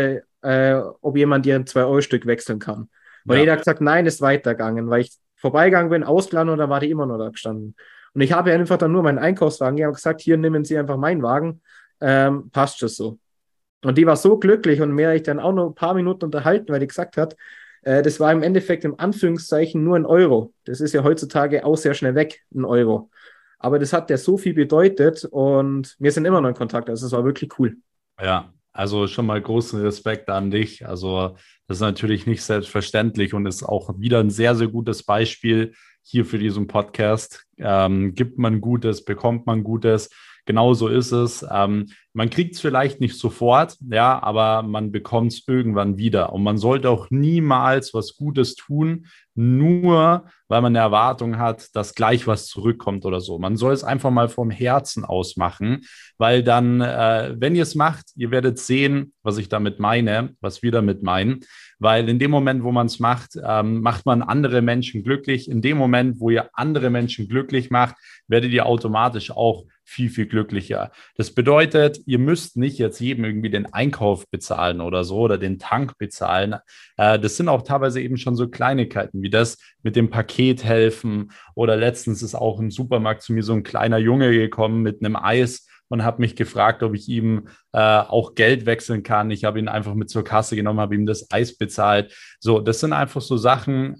ob jemand ihr ein 2-Euro-Stück wechseln kann. Und jeder hat gesagt, nein, ist weitergegangen, weil ich vorbeigegangen bin, ausgeladen und dann war die immer noch da gestanden. Und ich habe einfach dann nur meinen Einkaufswagen, ich habe gesagt, hier nehmen Sie einfach meinen Wagen, passt das so. Und die war so glücklich und mehr ich dann auch noch ein paar Minuten unterhalten, weil die gesagt hat, das war im Endeffekt im Anführungszeichen nur ein Euro. Das ist ja heutzutage auch sehr schnell weg, ein Euro. Aber das hat ja so viel bedeutet und wir sind immer noch in Kontakt. Also es war wirklich cool. Ja, also schon mal großen Respekt an dich. Also das ist natürlich nicht selbstverständlich und ist auch wieder ein sehr, sehr gutes Beispiel hier für diesen Podcast. Gibt man Gutes, bekommt man Gutes. Genau so ist es. Man kriegt es vielleicht nicht sofort, ja, aber man bekommt es irgendwann wieder. Und man sollte auch niemals was Gutes tun, nur weil man eine Erwartung hat, dass gleich was zurückkommt oder so. Man soll es einfach mal vom Herzen aus machen, weil dann, wenn ihr es macht, ihr werdet sehen, was ich damit meine, was wir damit meinen. Weil in dem Moment, wo man es macht, macht man andere Menschen glücklich. In dem Moment, wo ihr andere Menschen glücklich macht, werdet ihr automatisch auch viel, viel glücklicher. Das bedeutet, ihr müsst nicht jetzt jedem irgendwie den Einkauf bezahlen oder so oder den Tank bezahlen. Das sind auch teilweise eben schon so Kleinigkeiten wie das mit dem Paket helfen. Oder letztens ist auch im Supermarkt zu mir so ein kleiner Junge gekommen mit einem Eis und habe mich gefragt, ob ich ihm auch Geld wechseln kann. Ich habe ihn einfach mit zur Kasse genommen, habe ihm das Eis bezahlt. So, das sind einfach so Sachen,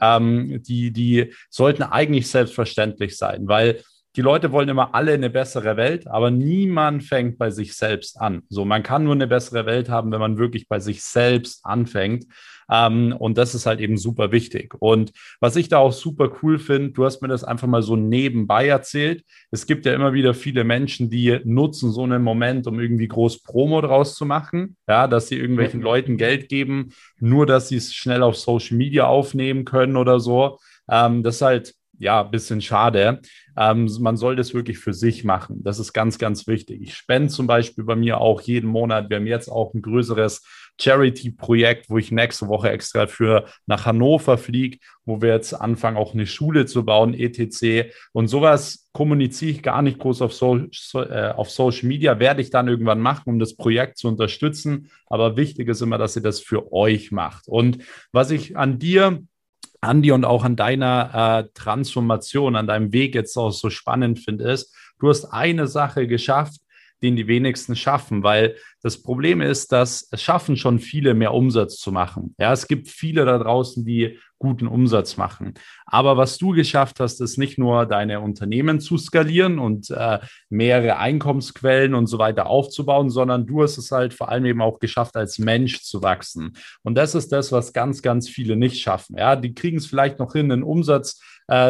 die sollten eigentlich selbstverständlich sein, weil die Leute wollen immer alle eine bessere Welt, aber niemand fängt bei sich selbst an. So, man kann nur eine bessere Welt haben, wenn man wirklich bei sich selbst anfängt. Und das ist halt eben super wichtig. Und was ich da auch super cool finde, du hast mir das einfach mal so nebenbei erzählt. Es gibt ja immer wieder viele Menschen, die nutzen so einen Moment, um irgendwie groß Promo draus zu machen. Ja, dass sie irgendwelchen Leuten Geld geben, nur dass sie es schnell auf Social Media aufnehmen können oder so. Das ist halt ja, ein bisschen schade. Man soll das wirklich für sich machen. Das ist ganz, ganz wichtig. Ich spende zum Beispiel bei mir auch jeden Monat. Wir haben jetzt auch ein größeres Charity-Projekt, wo ich nächste Woche extra für nach Hannover fliege, wo wir jetzt anfangen, auch eine Schule zu bauen, etc. Und sowas kommuniziere ich gar nicht groß auf Social Media, werde ich dann irgendwann machen, um das Projekt zu unterstützen. Aber wichtig ist immer, dass ihr das für euch macht. Und was ich an dir, Andi, und auch an deiner Transformation, an deinem Weg jetzt auch so spannend finde, ist, du hast eine Sache geschafft, den die wenigsten schaffen, weil das Problem ist, dass es schaffen schon viele, mehr Umsatz zu machen. Ja, es gibt viele da draußen, die guten Umsatz machen. Aber was du geschafft hast, ist nicht nur deine Unternehmen zu skalieren und mehrere Einkommensquellen und so weiter aufzubauen, sondern du hast es halt vor allem eben auch geschafft, als Mensch zu wachsen. Und das ist das, was ganz, ganz viele nicht schaffen. Ja, die kriegen es vielleicht noch hin, einen Umsatz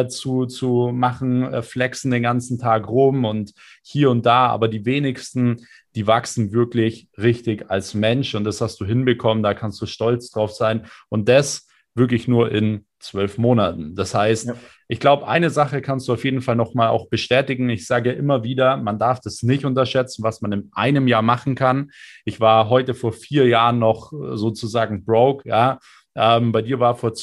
zu machen, flexen den ganzen Tag rum und hier und da, aber die wenigsten, die wachsen wirklich richtig als Mensch und das hast du hinbekommen, da kannst du stolz drauf sein und das wirklich nur in 12 Monaten. Das heißt, ja. Ich glaube, eine Sache kannst du auf jeden Fall nochmal auch bestätigen. Ich sage immer wieder, man darf das nicht unterschätzen, was man in einem Jahr machen kann. Ich war heute vor 4 Jahren noch sozusagen broke, ja. Bei dir war vor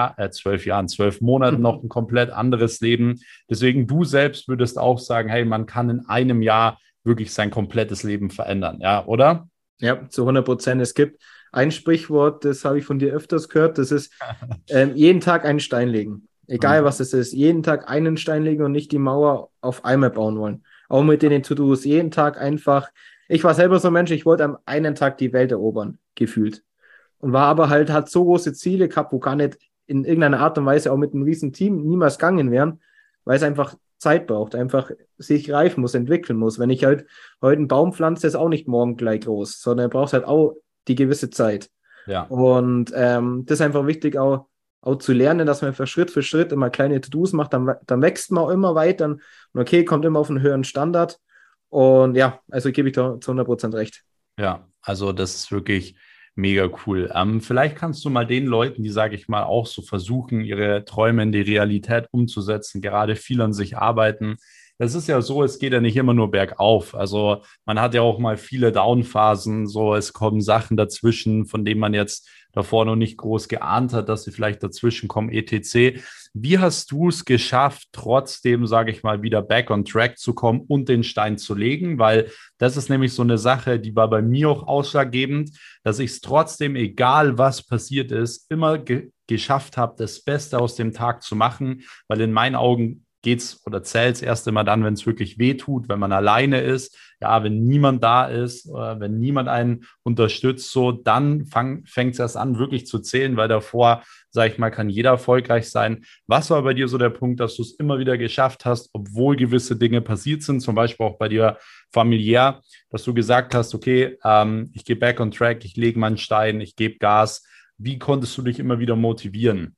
12 Monaten noch ein komplett anderes Leben. Deswegen du selbst würdest auch sagen, hey, man kann in einem Jahr wirklich sein komplettes Leben verändern, ja, oder? Ja, zu 100%. Es gibt ein Sprichwort, das habe ich von dir öfters gehört, das ist jeden Tag einen Stein legen. Egal was es ist, jeden Tag einen Stein legen und nicht die Mauer auf einmal bauen wollen. Auch mit den To-Dos, jeden Tag einfach. Ich war selber so ein Mensch, ich wollte am einen Tag die Welt erobern, gefühlt. Und war aber halt, hat so große Ziele gehabt, wo gar nicht in irgendeiner Art und Weise auch mit einem riesen Team niemals gegangen wären, weil es einfach Zeit braucht, einfach sich reifen muss, entwickeln muss. Wenn ich halt heute einen Baum pflanze, ist auch nicht morgen gleich groß, sondern er braucht halt auch die gewisse Zeit. Ja. Und das ist einfach wichtig, auch zu lernen, dass man für Schritt immer kleine To-Dos macht, dann wächst man auch immer weiter und okay, kommt immer auf einen höheren Standard. Und ja, also gebe ich da zu 100% recht. Ja, also das ist wirklich mega cool. Vielleicht kannst du mal den Leuten, die, sage ich mal, auch so versuchen, ihre Träume in die Realität umzusetzen, gerade viel an sich arbeiten. Das ist ja so, es geht ja nicht immer nur bergauf. Also man hat ja auch mal viele Downphasen, so es kommen Sachen dazwischen, von denen man jetzt davor noch nicht groß geahnt hat, dass sie vielleicht dazwischen kommen, etc. Wie hast du es geschafft, trotzdem, sage ich mal, wieder back on track zu kommen und den Stein zu legen? Weil das ist nämlich so eine Sache, die war bei mir auch ausschlaggebend, dass ich es trotzdem, egal was passiert ist, immer geschafft habe, das Beste aus dem Tag zu machen, weil in meinen Augen geht's oder zählt's erst immer dann, wenn es wirklich weh tut, wenn man alleine ist, ja, wenn niemand da ist, wenn niemand einen unterstützt, so, dann fängt es erst an, wirklich zu zählen, weil davor, sage ich mal, kann jeder erfolgreich sein. Was war bei dir so der Punkt, dass du es immer wieder geschafft hast, obwohl gewisse Dinge passiert sind, zum Beispiel auch bei dir familiär, dass du gesagt hast, okay, ich gehe back on track, ich lege meinen Stein, ich gebe Gas. Wie konntest du dich immer wieder motivieren?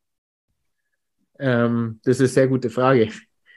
Das ist eine sehr gute Frage.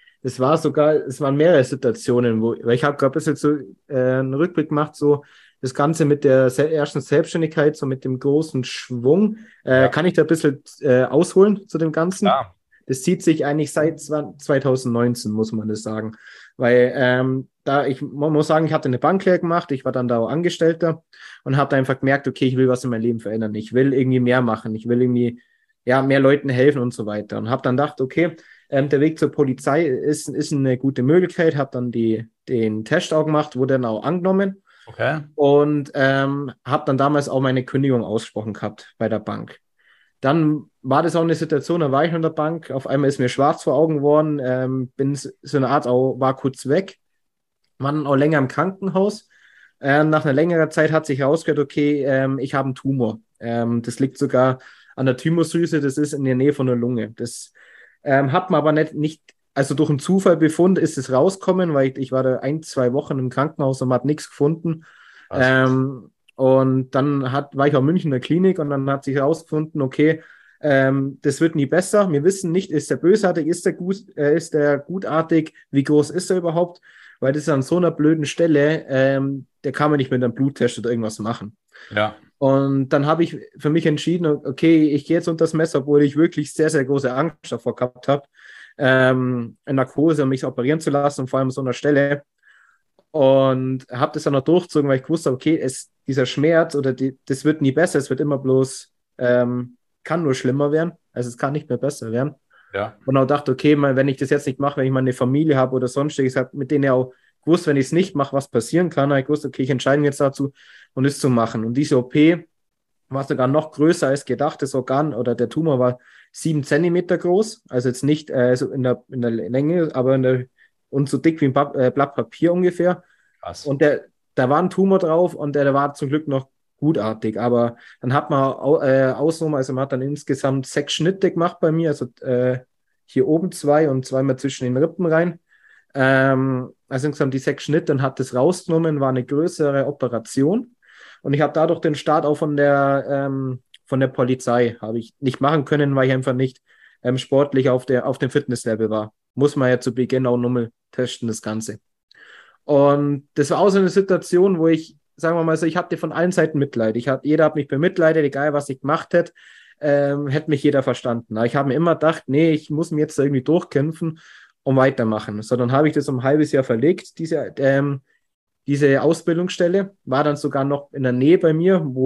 Es waren mehrere Situationen, weil ich habe gerade ein bisschen so einen Rückblick gemacht, so das Ganze mit der ersten Selbstständigkeit, so mit dem großen Schwung. Ja, Kann ich da ein bisschen ausholen zu dem Ganzen? klar. Das zieht sich eigentlich seit 2019, muss man das sagen. Weil man muss sagen, ich hatte eine Banklehre gemacht, ich war dann da auch Angestellter und habe da einfach gemerkt, okay, ich will was in meinem Leben verändern. Ich will irgendwie mehr machen, ich will irgendwie ja, mehr Leuten helfen und so weiter. Und habe dann gedacht, okay, der Weg zur Polizei ist eine gute Möglichkeit, habe dann den Test auch gemacht, wurde dann auch angenommen Okay. und habe dann damals auch meine Kündigung ausgesprochen gehabt bei der Bank. Dann war das auch eine Situation, da war ich in der Bank, auf einmal ist mir schwarz vor Augen geworden, bin so eine Art auch, war kurz weg, war dann auch länger im Krankenhaus. Nach einer längeren Zeit hat sich herausgehört, okay, ich habe einen Tumor. Das liegt sogar an der Thymusdrüse, das ist in der Nähe von der Lunge. Das hat man aber nicht, also durch einen Zufallbefund ist es rausgekommen, weil ich war da 1, 2 Wochen im Krankenhaus und man hat nichts gefunden. Krass. Und dann war ich auch in München in der Klinik und dann hat sich herausgefunden, okay, das wird nie besser. Wir wissen nicht, ist der bösartig, ist der gutartig, wie groß ist er überhaupt? Weil das ist an so einer blöden Stelle, der kann man nicht mit einem Bluttest oder irgendwas machen. Ja, Und dann habe ich für mich entschieden, okay, ich gehe jetzt unter das Messer, obwohl ich wirklich sehr, sehr große Angst davor gehabt habe, in Narkose, um mich operieren zu lassen, und vor allem an so einer Stelle. Und habe das dann noch durchgezogen, weil ich wusste, okay, dieser Schmerz oder das wird nie besser, es wird immer bloß, kann nur schlimmer werden, also es kann nicht mehr besser werden. ja, Und auch dachte, okay, wenn ich das jetzt nicht mache, wenn ich mal eine Familie habe oder sonstiges, habe mit denen ja auch gewusst, wenn ich es nicht mache, was passieren kann. Da habe ich gewusst, okay, ich entscheide mich jetzt dazu und es zu machen. Und diese OP war sogar noch größer als gedacht. Das Organ oder der Tumor war 7 Zentimeter groß, also jetzt nicht so in der Länge, aber und so dick wie ein Blatt Papier ungefähr. krass. Und da war ein Tumor drauf und der war zum Glück noch gutartig. Aber dann hat man außenrum, also man hat dann insgesamt 6 Schnitte gemacht bei mir, also hier oben 2 und zweimal zwischen den Rippen rein. Also insgesamt die 6 Schnitte und hat das rausgenommen, war eine größere Operation. Und ich habe dadurch den Start auch von der Polizei habe ich nicht machen können, weil ich einfach nicht sportlich auf dem Fitnesslevel war. Muss man ja zu Beginn auch nochmal testen, das Ganze. Und das war auch so eine Situation, wo ich, sagen wir mal so, ich hatte von allen Seiten Mitleid. Jeder hat mich bemitleidet, egal was ich gemacht hätte, hätte mich jeder verstanden. Aber ich habe mir immer gedacht, nee, ich muss mich jetzt irgendwie durchkämpfen und weitermachen. So, dann habe ich das um ein halbes Jahr verlegt, diese Ausbildungsstelle. War dann sogar noch in der Nähe bei mir, wo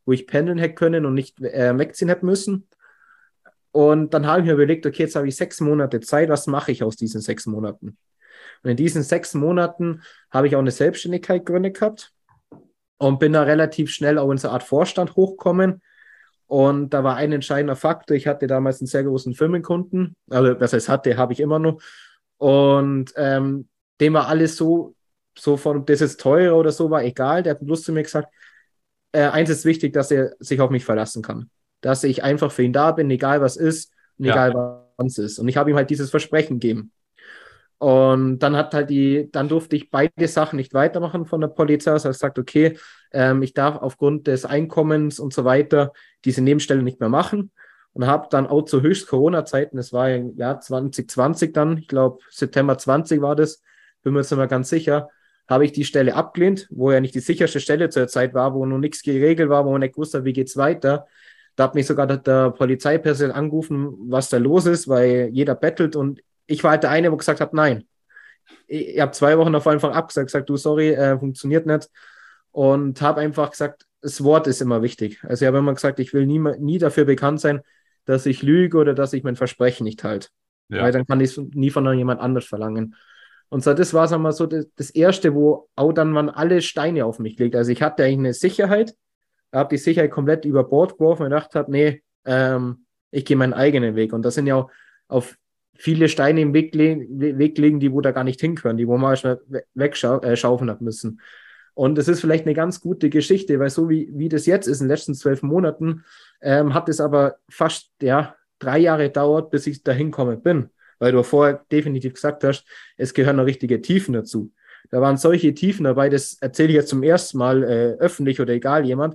wo ich pendeln hätte können und nicht wegziehen hätte müssen. Und dann habe ich mir überlegt, okay, jetzt habe ich 6 Monate Zeit, was mache ich aus diesen 6 Monaten? Und in diesen 6 Monaten habe ich auch eine Selbstständigkeit gegründet gehabt und bin da relativ schnell auch in so eine Art Vorstand hochgekommen. Und da war ein entscheidender Faktor. Ich hatte damals einen sehr großen Firmenkunden, also was heißt hatte, habe ich immer noch. Und dem war alles so von, das ist teurer oder so, war egal. Der hat bloß zu mir gesagt, eins ist wichtig, dass er sich auf mich verlassen kann. Dass ich einfach für ihn da bin, egal was ist und Ja, egal was es ist. Und ich habe ihm halt dieses Versprechen gegeben. Und dann dann durfte ich beide Sachen nicht weitermachen von der Polizei. Also er sagt, okay, ich darf aufgrund des Einkommens und so weiter diese Nebenstelle nicht mehr machen. Und habe dann auch zu höchst Corona-Zeiten, das war im Jahr 2020 dann, ich glaube September 20 war das, bin mir jetzt nicht mehr ganz sicher, habe ich die Stelle abgelehnt, wo ja nicht die sicherste Stelle zur Zeit war, wo noch nichts geregelt war, wo man nicht wusste, wie geht's weiter. Da hat mich sogar der Polizeipersonal angerufen, was da los ist, weil jeder bettelt und ich war halt der eine, wo gesagt hat, nein. Ich habe 2 Wochen auf Anfang abgesagt, gesagt, du, sorry, funktioniert nicht. Und habe einfach gesagt, das Wort ist immer wichtig. Also ich habe immer gesagt, ich will nie dafür bekannt sein, dass ich lüge oder dass ich mein Versprechen nicht halte. ja, Weil dann kann ich es nie von jemand anders verlangen. Und so, das war, sagen wir mal, so das Erste, wo auch dann man alle Steine auf mich legt. Also ich hatte eigentlich eine Sicherheit, habe die Sicherheit komplett über Bord geworfen und gedacht habe, nee, ich gehe meinen eigenen Weg. Und das sind ja auch auf viele Steine im Weg liegen, die wo da gar nicht hinkönnen, die wo man erstmal wegschaufeln hat müssen. Und es ist vielleicht eine ganz gute Geschichte, weil so wie das jetzt ist, in den letzten 12 Monaten, hat es aber fast 3 Jahre gedauert, bis ich dahin gekommen bin. Weil du vorher definitiv gesagt hast, es gehören noch richtige Tiefen dazu. Da waren solche Tiefen dabei, das erzähle ich jetzt zum ersten Mal öffentlich oder egal jemand.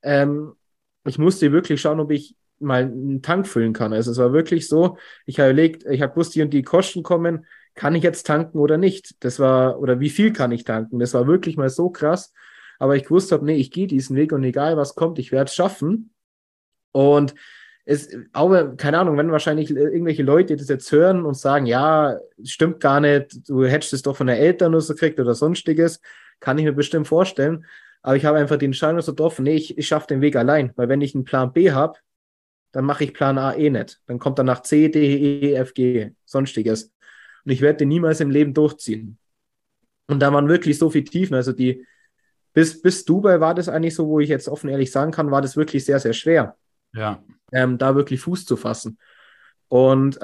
Ich musste wirklich schauen, ob ich mal einen Tank füllen kann. Also es war wirklich so, ich habe überlegt, ich habe gewusst, die Kosten kommen, kann ich jetzt tanken oder nicht? Oder wie viel kann ich tanken? Das war wirklich mal so krass. Aber ich gewusst habe, nee, ich gehe diesen Weg und egal was kommt, ich werde es schaffen. Und aber keine Ahnung, wenn wahrscheinlich irgendwelche Leute das jetzt hören und sagen, ja, stimmt gar nicht, du hättest es doch von den Eltern oder so gekriegt oder sonstiges, kann ich mir bestimmt vorstellen. Aber ich habe einfach die Entscheidung so getroffen, nee, ich schaffe den Weg allein, weil wenn ich einen Plan B habe, dann mache ich Plan A eh nicht. Dann kommt danach C, D, E, F, G, sonstiges. Und ich werde den niemals im Leben durchziehen. Und da waren wirklich so viele Tiefen. Also bis Dubai war das eigentlich so, wo ich jetzt offen ehrlich sagen kann, war das wirklich sehr, sehr schwer, ja, da wirklich Fuß zu fassen. Und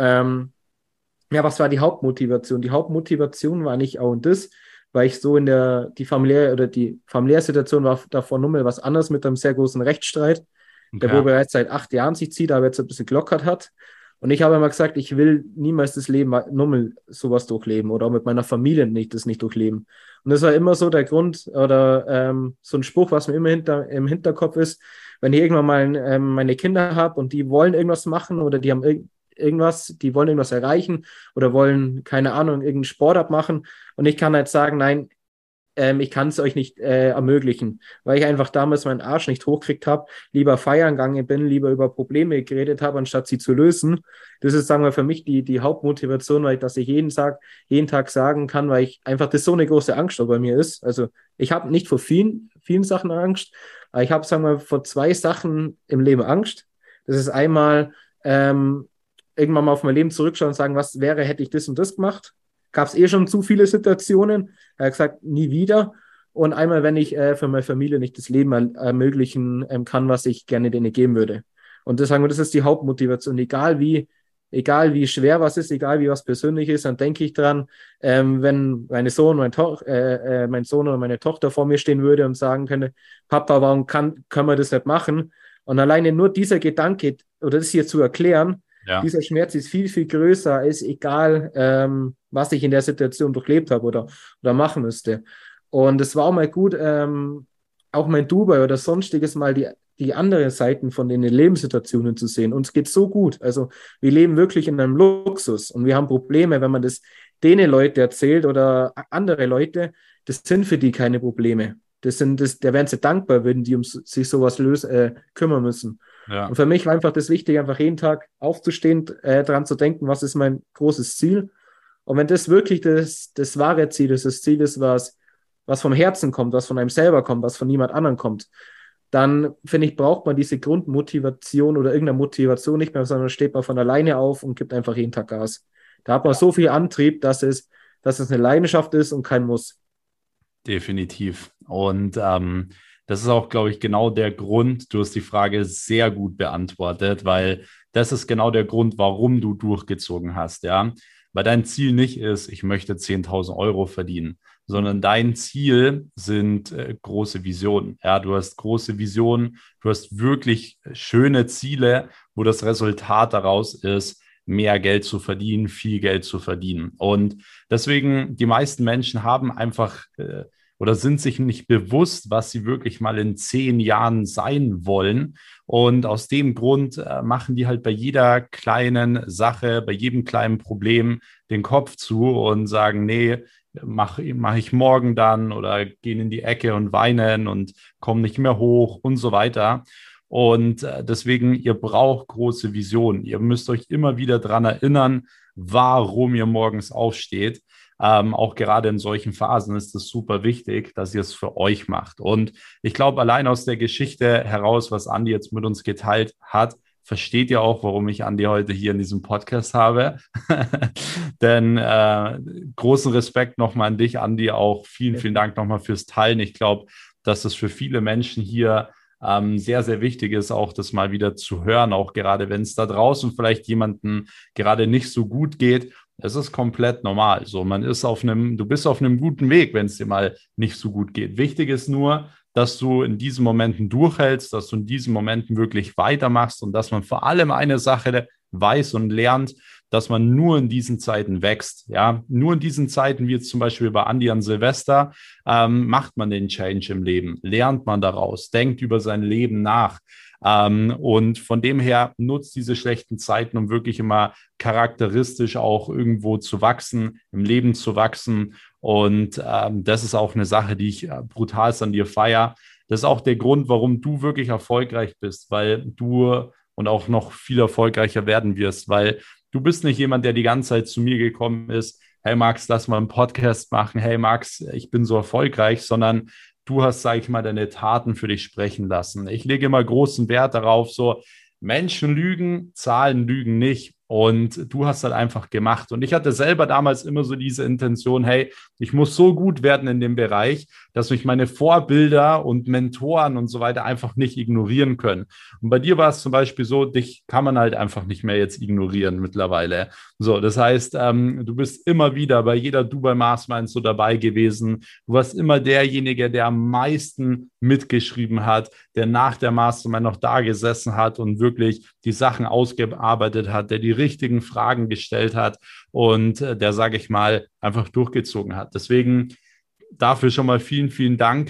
was war die Hauptmotivation? Die Hauptmotivation war nicht auch und das, weil ich so die familiäre Situation war davor nur mal was anderes mit einem sehr großen Rechtsstreit, der wohl okay, bereits seit 8 Jahren sich zieht, aber jetzt ein bisschen gelockert hat. Und ich habe immer gesagt, ich will niemals das Leben nur mal sowas durchleben oder auch mit meiner Familie das nicht durchleben. Und das war immer so der Grund oder so ein Spruch, was mir immer im Hinterkopf ist, wenn ich irgendwann mal meine Kinder habe und die wollen irgendwas machen oder die haben die wollen irgendwas erreichen oder wollen, keine Ahnung, irgendeinen Sport abmachen und ich kann halt sagen, nein, ich kann es euch nicht ermöglichen, weil ich einfach damals meinen Arsch nicht hochgekriegt habe, lieber feiern gegangen bin, lieber über Probleme geredet habe, anstatt sie zu lösen. Das ist, sagen wir, für mich die Hauptmotivation, dass ich jeden Tag sagen kann, weil ich einfach das so eine große Angst bei mir ist. Also ich habe nicht vor vielen Sachen Angst, aber ich habe, sagen wir, vor 2 Sachen im Leben Angst. Das ist einmal irgendwann mal auf mein Leben zurückschauen und sagen, was wäre, hätte ich das und das gemacht. Gab es schon zu viele Situationen. Er hat gesagt, nie wieder. Und einmal, wenn ich für meine Familie nicht das Leben ermöglichen kann, was ich gerne denen geben würde. Und das sagen wir, das ist die Hauptmotivation. Egal wie schwer was ist, egal wie was persönlich ist, dann denke ich dran, wenn mein Sohn oder meine Tochter vor mir stehen würde und sagen könnte, Papa, warum können wir das nicht machen? Und alleine nur dieser Gedanke oder das hier zu erklären, ja, dieser Schmerz ist viel, viel größer, als egal, was ich in der Situation durchlebt habe oder machen müsste. Und es war auch mal gut, auch mein Dubai oder sonstiges mal die anderen Seiten von den Lebenssituationen zu sehen. Uns geht so gut. Also wir leben wirklich in einem Luxus und wir haben Probleme, wenn man das denen Leute erzählt oder andere Leute, das sind für die keine Probleme. Da wären sie dankbar, würden die sich sowas kümmern müssen. ja, Und für mich war einfach das Wichtige, einfach jeden Tag aufzustehen, daran zu denken, was ist mein großes Ziel. Und wenn das wirklich das wahre Ziel ist, das Ziel ist, was vom Herzen kommt, was von einem selber kommt, was von niemand anderem kommt, dann finde ich, braucht man diese Grundmotivation oder irgendeine Motivation nicht mehr, sondern steht man von alleine auf und gibt einfach jeden Tag Gas. Da hat man so viel Antrieb, dass es eine Leidenschaft ist und kein Muss. Definitiv. Und das ist auch, glaube ich, genau der Grund. Du hast die Frage sehr gut beantwortet, weil das ist genau der Grund, warum du durchgezogen hast, ja. Weil dein Ziel nicht ist, ich möchte 10.000 Euro verdienen, sondern dein Ziel sind große Visionen. Ja, du hast große Visionen, du hast wirklich schöne Ziele, wo das Resultat daraus ist, mehr Geld zu verdienen, viel Geld zu verdienen. Und deswegen, die meisten Menschen haben einfach oder sind sich nicht bewusst, was sie wirklich mal in 10 Jahren sein wollen. Und aus dem Grund machen die halt bei jeder kleinen Sache, bei jedem kleinen Problem den Kopf zu und sagen, nee, mach ich morgen dann oder gehen in die Ecke und weinen und kommen nicht mehr hoch und so weiter. Und deswegen, ihr braucht große Visionen. Ihr müsst euch immer wieder daran erinnern, warum ihr morgens aufsteht. Auch gerade in solchen Phasen ist es super wichtig, dass ihr es für euch macht. Und ich glaube, allein aus der Geschichte heraus, was Andi jetzt mit uns geteilt hat, versteht ihr auch, warum ich Andi heute hier in diesem Podcast habe. Denn großen Respekt nochmal an dich, Andi. Auch vielen, vielen Dank nochmal fürs Teilen. Ich glaube, dass es für viele Menschen hier sehr, sehr wichtig ist, auch das mal wieder zu hören, auch gerade wenn es da draußen vielleicht jemandem gerade nicht so gut geht. Es ist komplett normal. So, du bist auf einem guten Weg, wenn es dir mal nicht so gut geht. Wichtig ist nur, dass du in diesen Momenten durchhältst, dass du in diesen Momenten wirklich weitermachst und dass man vor allem eine Sache weiß und lernt, dass man nur in diesen Zeiten wächst. Ja, nur in diesen Zeiten, wie jetzt zum Beispiel bei Andi an Silvester, macht man den Change im Leben, lernt man daraus, denkt über sein Leben nach. Und von dem her nutzt diese schlechten Zeiten, um wirklich immer charakteristisch auch irgendwo zu wachsen, im Leben zu wachsen. Und das ist auch eine Sache, die ich brutalst an dir feiere. Das ist auch der Grund, warum du wirklich erfolgreich bist, weil du und auch noch viel erfolgreicher werden wirst, weil du bist nicht jemand, der die ganze Zeit zu mir gekommen ist, hey Max, lass mal einen Podcast machen, hey Max, ich bin so erfolgreich, sondern du hast, sage ich mal, deine Taten für dich sprechen lassen. Ich lege immer großen Wert darauf, so Menschen lügen, Zahlen lügen nicht. Und du hast halt einfach gemacht. Und ich hatte selber damals immer so diese Intention, hey, ich muss so gut werden in dem Bereich, dass mich meine Vorbilder und Mentoren und so weiter einfach nicht ignorieren können. Und bei dir war es zum Beispiel so, dich kann man halt einfach nicht mehr jetzt ignorieren mittlerweile. So, das heißt, du bist immer wieder bei jeder Dubai Mastermind so dabei gewesen. Du warst immer derjenige, der am meisten mitgeschrieben hat, der nach der Mastermind noch da gesessen hat und wirklich die Sachen ausgearbeitet hat, der die richtigen Fragen gestellt hat und der, sage ich mal, einfach durchgezogen hat. Deswegen dafür schon mal vielen, vielen Dank.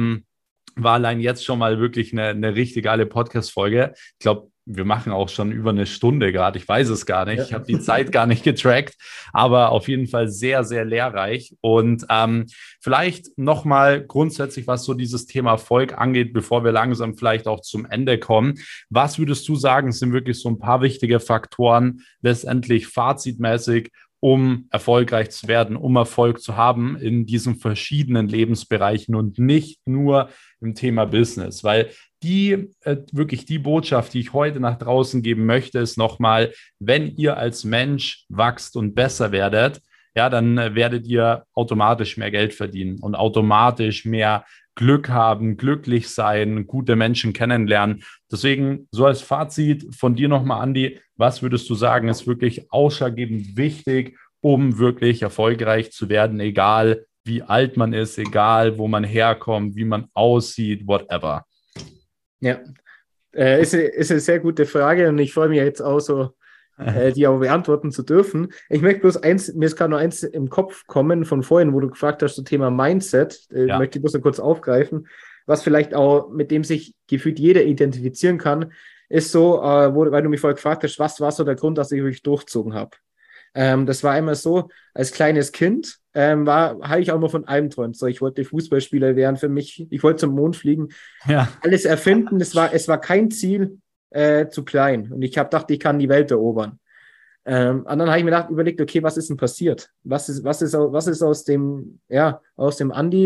War allein jetzt schon mal wirklich eine richtig geile Podcast-Folge. Ich glaube, wir machen auch schon über eine Stunde gerade. Ich weiß es gar nicht. Ich habe die Zeit gar nicht getrackt, aber auf jeden Fall sehr, sehr lehrreich. Und vielleicht nochmal grundsätzlich, was so dieses Thema Erfolg angeht, bevor wir langsam vielleicht auch zum Ende kommen. Was würdest du sagen, sind wirklich so ein paar wichtige Faktoren, letztendlich fazitmäßig, um erfolgreich zu werden, um Erfolg zu haben in diesen verschiedenen Lebensbereichen und nicht nur im Thema Business, weil wirklich die Botschaft, die ich heute nach draußen geben möchte, ist nochmal, wenn ihr als Mensch wachst und besser werdet, ja, dann werdet ihr automatisch mehr Geld verdienen und automatisch mehr Glück haben, glücklich sein, gute Menschen kennenlernen. Deswegen so als Fazit von dir nochmal, Andi, was würdest du sagen, ist wirklich ausschlaggebend wichtig, um wirklich erfolgreich zu werden, egal wie alt man ist, egal wo man herkommt, wie man aussieht, whatever. Ja, ist eine sehr gute Frage und ich freue mich jetzt auch so, die auch beantworten zu dürfen. Ich möchte bloß mir ist gerade noch eins im Kopf kommen von vorhin, wo du gefragt hast, zum Thema Mindset. Möchte ich bloß noch kurz aufgreifen, was vielleicht auch, mit dem sich gefühlt jeder identifizieren kann, ist so, weil du mich vorher gefragt hast, was war so der Grund, dass ich wirklich durchgezogen habe. Das war immer so, als kleines Kind habe ich auch immer von allem träumt. So, ich wollte Fußballspieler werden für mich, ich wollte zum Mond fliegen, alles erfinden. Es war kein Ziel zu klein. Und ich dachte, ich kann die Welt erobern. Und dann habe ich mir überlegt, okay, was ist denn passiert? Was ist aus dem Andi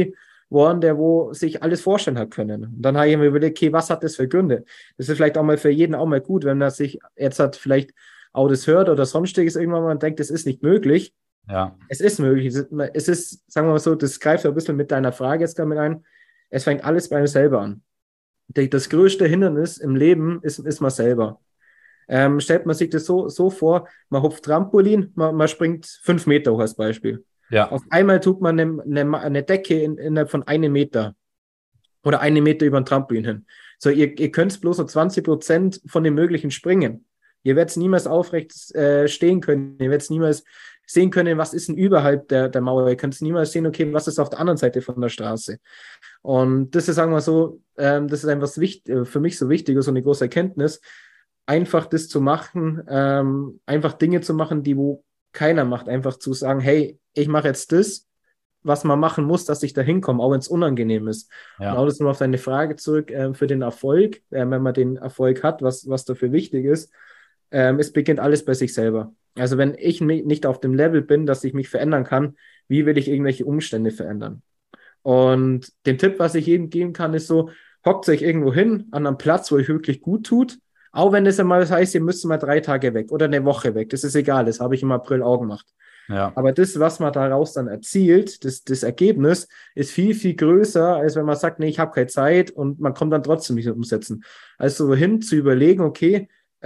worden, der wo sich alles vorstellen hat können. Und dann habe ich mir überlegt, okay, was hat das für Gründe? Das ist vielleicht auch mal für jeden auch mal gut, wenn er sich jetzt hat vielleicht auch das hört oder sonstiges irgendwann mal und denkt, das ist nicht möglich. Ja. Es ist möglich. Es ist, sagen wir mal so, das greift ein bisschen mit deiner Frage jetzt damit ein. Es fängt alles bei mir selber an. Das größte Hindernis im Leben ist man selber. Stellt man sich das so vor, man hupft Trampolin, man springt 5 Meter hoch als Beispiel. Ja. Auf einmal tut man eine Decke innerhalb von 1 Meter oder 1 Meter über ein Trampolin hin. So, ihr könnt bloß nur 20% von dem Möglichen springen. Ihr werdet niemals aufrecht stehen können. Ihr werdet niemals sehen können, was ist denn überhalb der Mauer. Ihr könnt niemals sehen, okay, was ist auf der anderen Seite von der Straße. Und das ist, sagen wir so, das ist einfach für mich so wichtig, so eine große Erkenntnis, einfach das zu machen, einfach Dinge zu machen, die wo keiner macht. Einfach zu sagen, hey, ich mache jetzt das, was man machen muss, dass ich da hinkomme, auch wenn es unangenehm ist. Ja. Und auch das nochmal auf deine Frage zurück, für den Erfolg, wenn man den Erfolg hat, was dafür wichtig ist, es beginnt alles bei sich selber. Also wenn ich nicht auf dem Level bin, dass ich mich verändern kann, wie will ich irgendwelche Umstände verändern? Und den Tipp, was ich jedem geben kann, ist so, hockt euch irgendwo hin, an einem Platz, wo euch wirklich gut tut, auch wenn es einmal heißt, ihr müsst mal 3 Tage weg oder eine Woche weg, das ist egal, das habe ich im April auch gemacht. Ja. Aber das, was man daraus dann erzielt, das Ergebnis, ist viel, viel größer, als wenn man sagt, nee, ich habe keine Zeit und man kommt dann trotzdem nicht umsetzen. Also wohin zu überlegen, okay,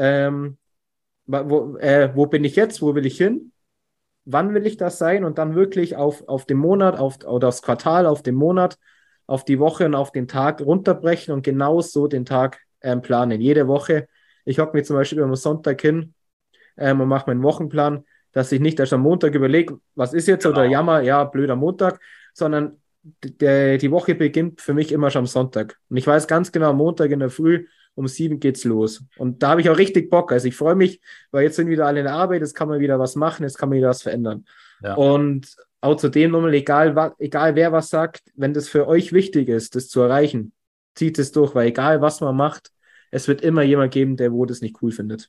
wo bin ich jetzt, wo will ich hin, wann will ich das sein und dann wirklich auf den Monat oder aufs Quartal, auf den Monat, auf die Woche und auf den Tag runterbrechen und genau so den Tag planen. Jede Woche, ich hocke mir zum Beispiel am Sonntag hin und mache meinen Wochenplan, dass ich nicht erst am Montag überlege, was ist jetzt, oder jammer, ja, blöder Montag, sondern die Woche beginnt für mich immer schon am Sonntag. Und ich weiß ganz genau, am Montag in der Früh um 7 geht's los. Und da habe ich auch richtig Bock. Also ich freue mich, weil jetzt sind wieder alle in der Arbeit, jetzt kann man wieder was machen, jetzt kann man wieder was verändern. Ja. Und auch zudem nochmal, egal wer was sagt, wenn das für euch wichtig ist, das zu erreichen, zieht es durch, weil egal was man macht, es wird immer jemand geben, der wo das nicht cool findet.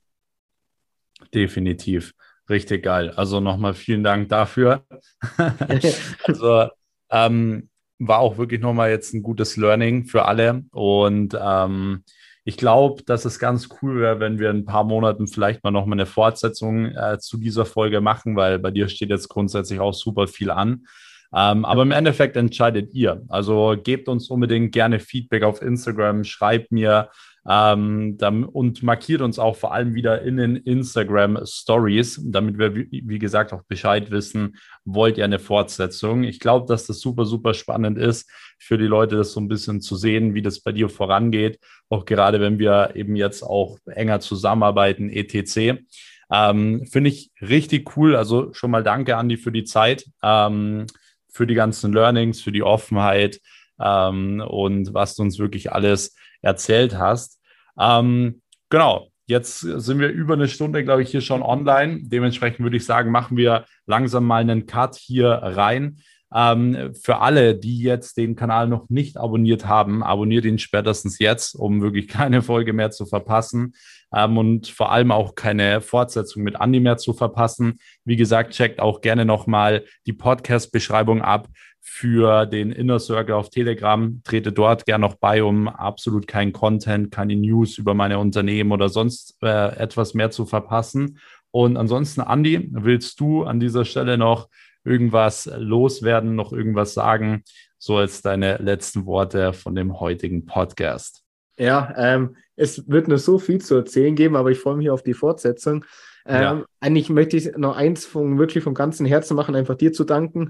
Definitiv. Richtig geil. Also nochmal vielen Dank dafür. Also war auch wirklich nochmal jetzt ein gutes Learning für alle. Und ich glaube, dass es ganz cool wäre, wenn wir in ein paar Monaten vielleicht mal nochmal eine Fortsetzung zu dieser Folge machen, weil bei dir steht jetzt grundsätzlich auch super viel an. Aber im Endeffekt entscheidet ihr. Also gebt uns unbedingt gerne Feedback auf Instagram, schreibt mir und markiert uns auch vor allem wieder in den Instagram Stories, damit wir, wie gesagt, auch Bescheid wissen, wollt ihr eine Fortsetzung. Ich glaube, dass das super, super spannend ist für die Leute, das so ein bisschen zu sehen, wie das bei dir vorangeht, auch gerade wenn wir eben jetzt auch enger zusammenarbeiten, etc. Finde ich richtig cool. Also schon mal danke, Andi, für die Zeit, für die ganzen Learnings, für die Offenheit und was du uns wirklich alles erzählt hast. Genau, jetzt sind wir über eine Stunde, glaube ich, hier schon online. Dementsprechend würde ich sagen, machen wir langsam mal einen Cut hier rein. Für alle, die jetzt den Kanal noch nicht abonniert haben, abonniert ihn spätestens jetzt, um wirklich keine Folge mehr zu verpassen und vor allem auch keine Fortsetzung mit Andi mehr zu verpassen. Wie gesagt, checkt auch gerne nochmal die Podcast-Beschreibung ab für den Inner Circle auf Telegram. Trete dort gerne noch bei, um absolut keinen Content, keine News über meine Unternehmen oder sonst etwas mehr zu verpassen. Und ansonsten, Andi, willst du an dieser Stelle noch irgendwas loswerden, noch irgendwas sagen, so als deine letzten Worte von dem heutigen Podcast? Ja, es wird nur so viel zu erzählen geben, aber ich freue mich auf die Fortsetzung. Eigentlich möchte ich noch eins wirklich vom ganzen Herzen machen, einfach dir zu danken.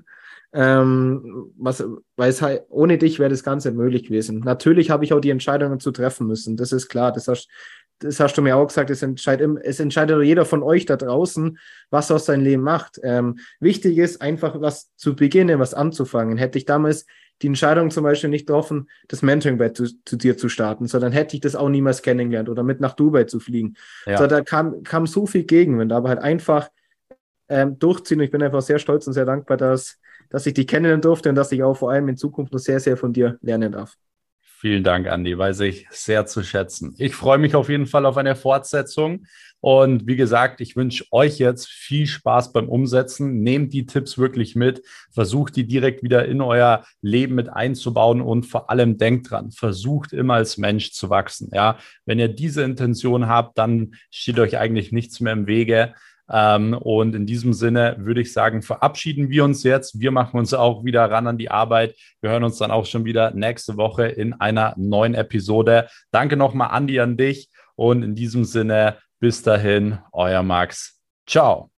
Weil es halt, ohne dich wäre das Ganze möglich gewesen. Natürlich habe ich auch die Entscheidungen zu treffen müssen, das ist klar, das hast du mir auch gesagt, es entscheidet jeder von euch da draußen, was aus seinem Leben macht. Wichtig ist einfach, was zu beginnen, was anzufangen. Hätte ich damals die Entscheidung zum Beispiel nicht getroffen, das Mentoring-Bett zu dir zu starten, sondern hätte ich das auch niemals kennengelernt oder mit nach Dubai zu fliegen. Ja. So, da kam so viel Gegenwind, aber halt einfach durchziehen. Und ich bin einfach sehr stolz und sehr dankbar, dass ich dich kennenlernen durfte und dass ich auch vor allem in Zukunft noch sehr, sehr von dir lernen darf. Vielen Dank, Andi, weiß ich sehr zu schätzen. Ich freue mich auf jeden Fall auf eine Fortsetzung Und wie gesagt, ich wünsche euch jetzt viel Spaß beim Umsetzen. Nehmt die Tipps wirklich mit, versucht die direkt wieder in euer Leben mit einzubauen und vor allem denkt dran, versucht immer als Mensch zu wachsen. Ja, wenn ihr diese Intention habt, dann steht euch eigentlich nichts mehr im Wege. Und in diesem Sinne würde ich sagen, verabschieden wir uns jetzt. Wir machen uns auch wieder ran an die Arbeit. Wir hören uns dann auch schon wieder nächste Woche in einer neuen Episode. Danke nochmal, Andi, an dich. Und in diesem Sinne, bis dahin, euer Max. Ciao.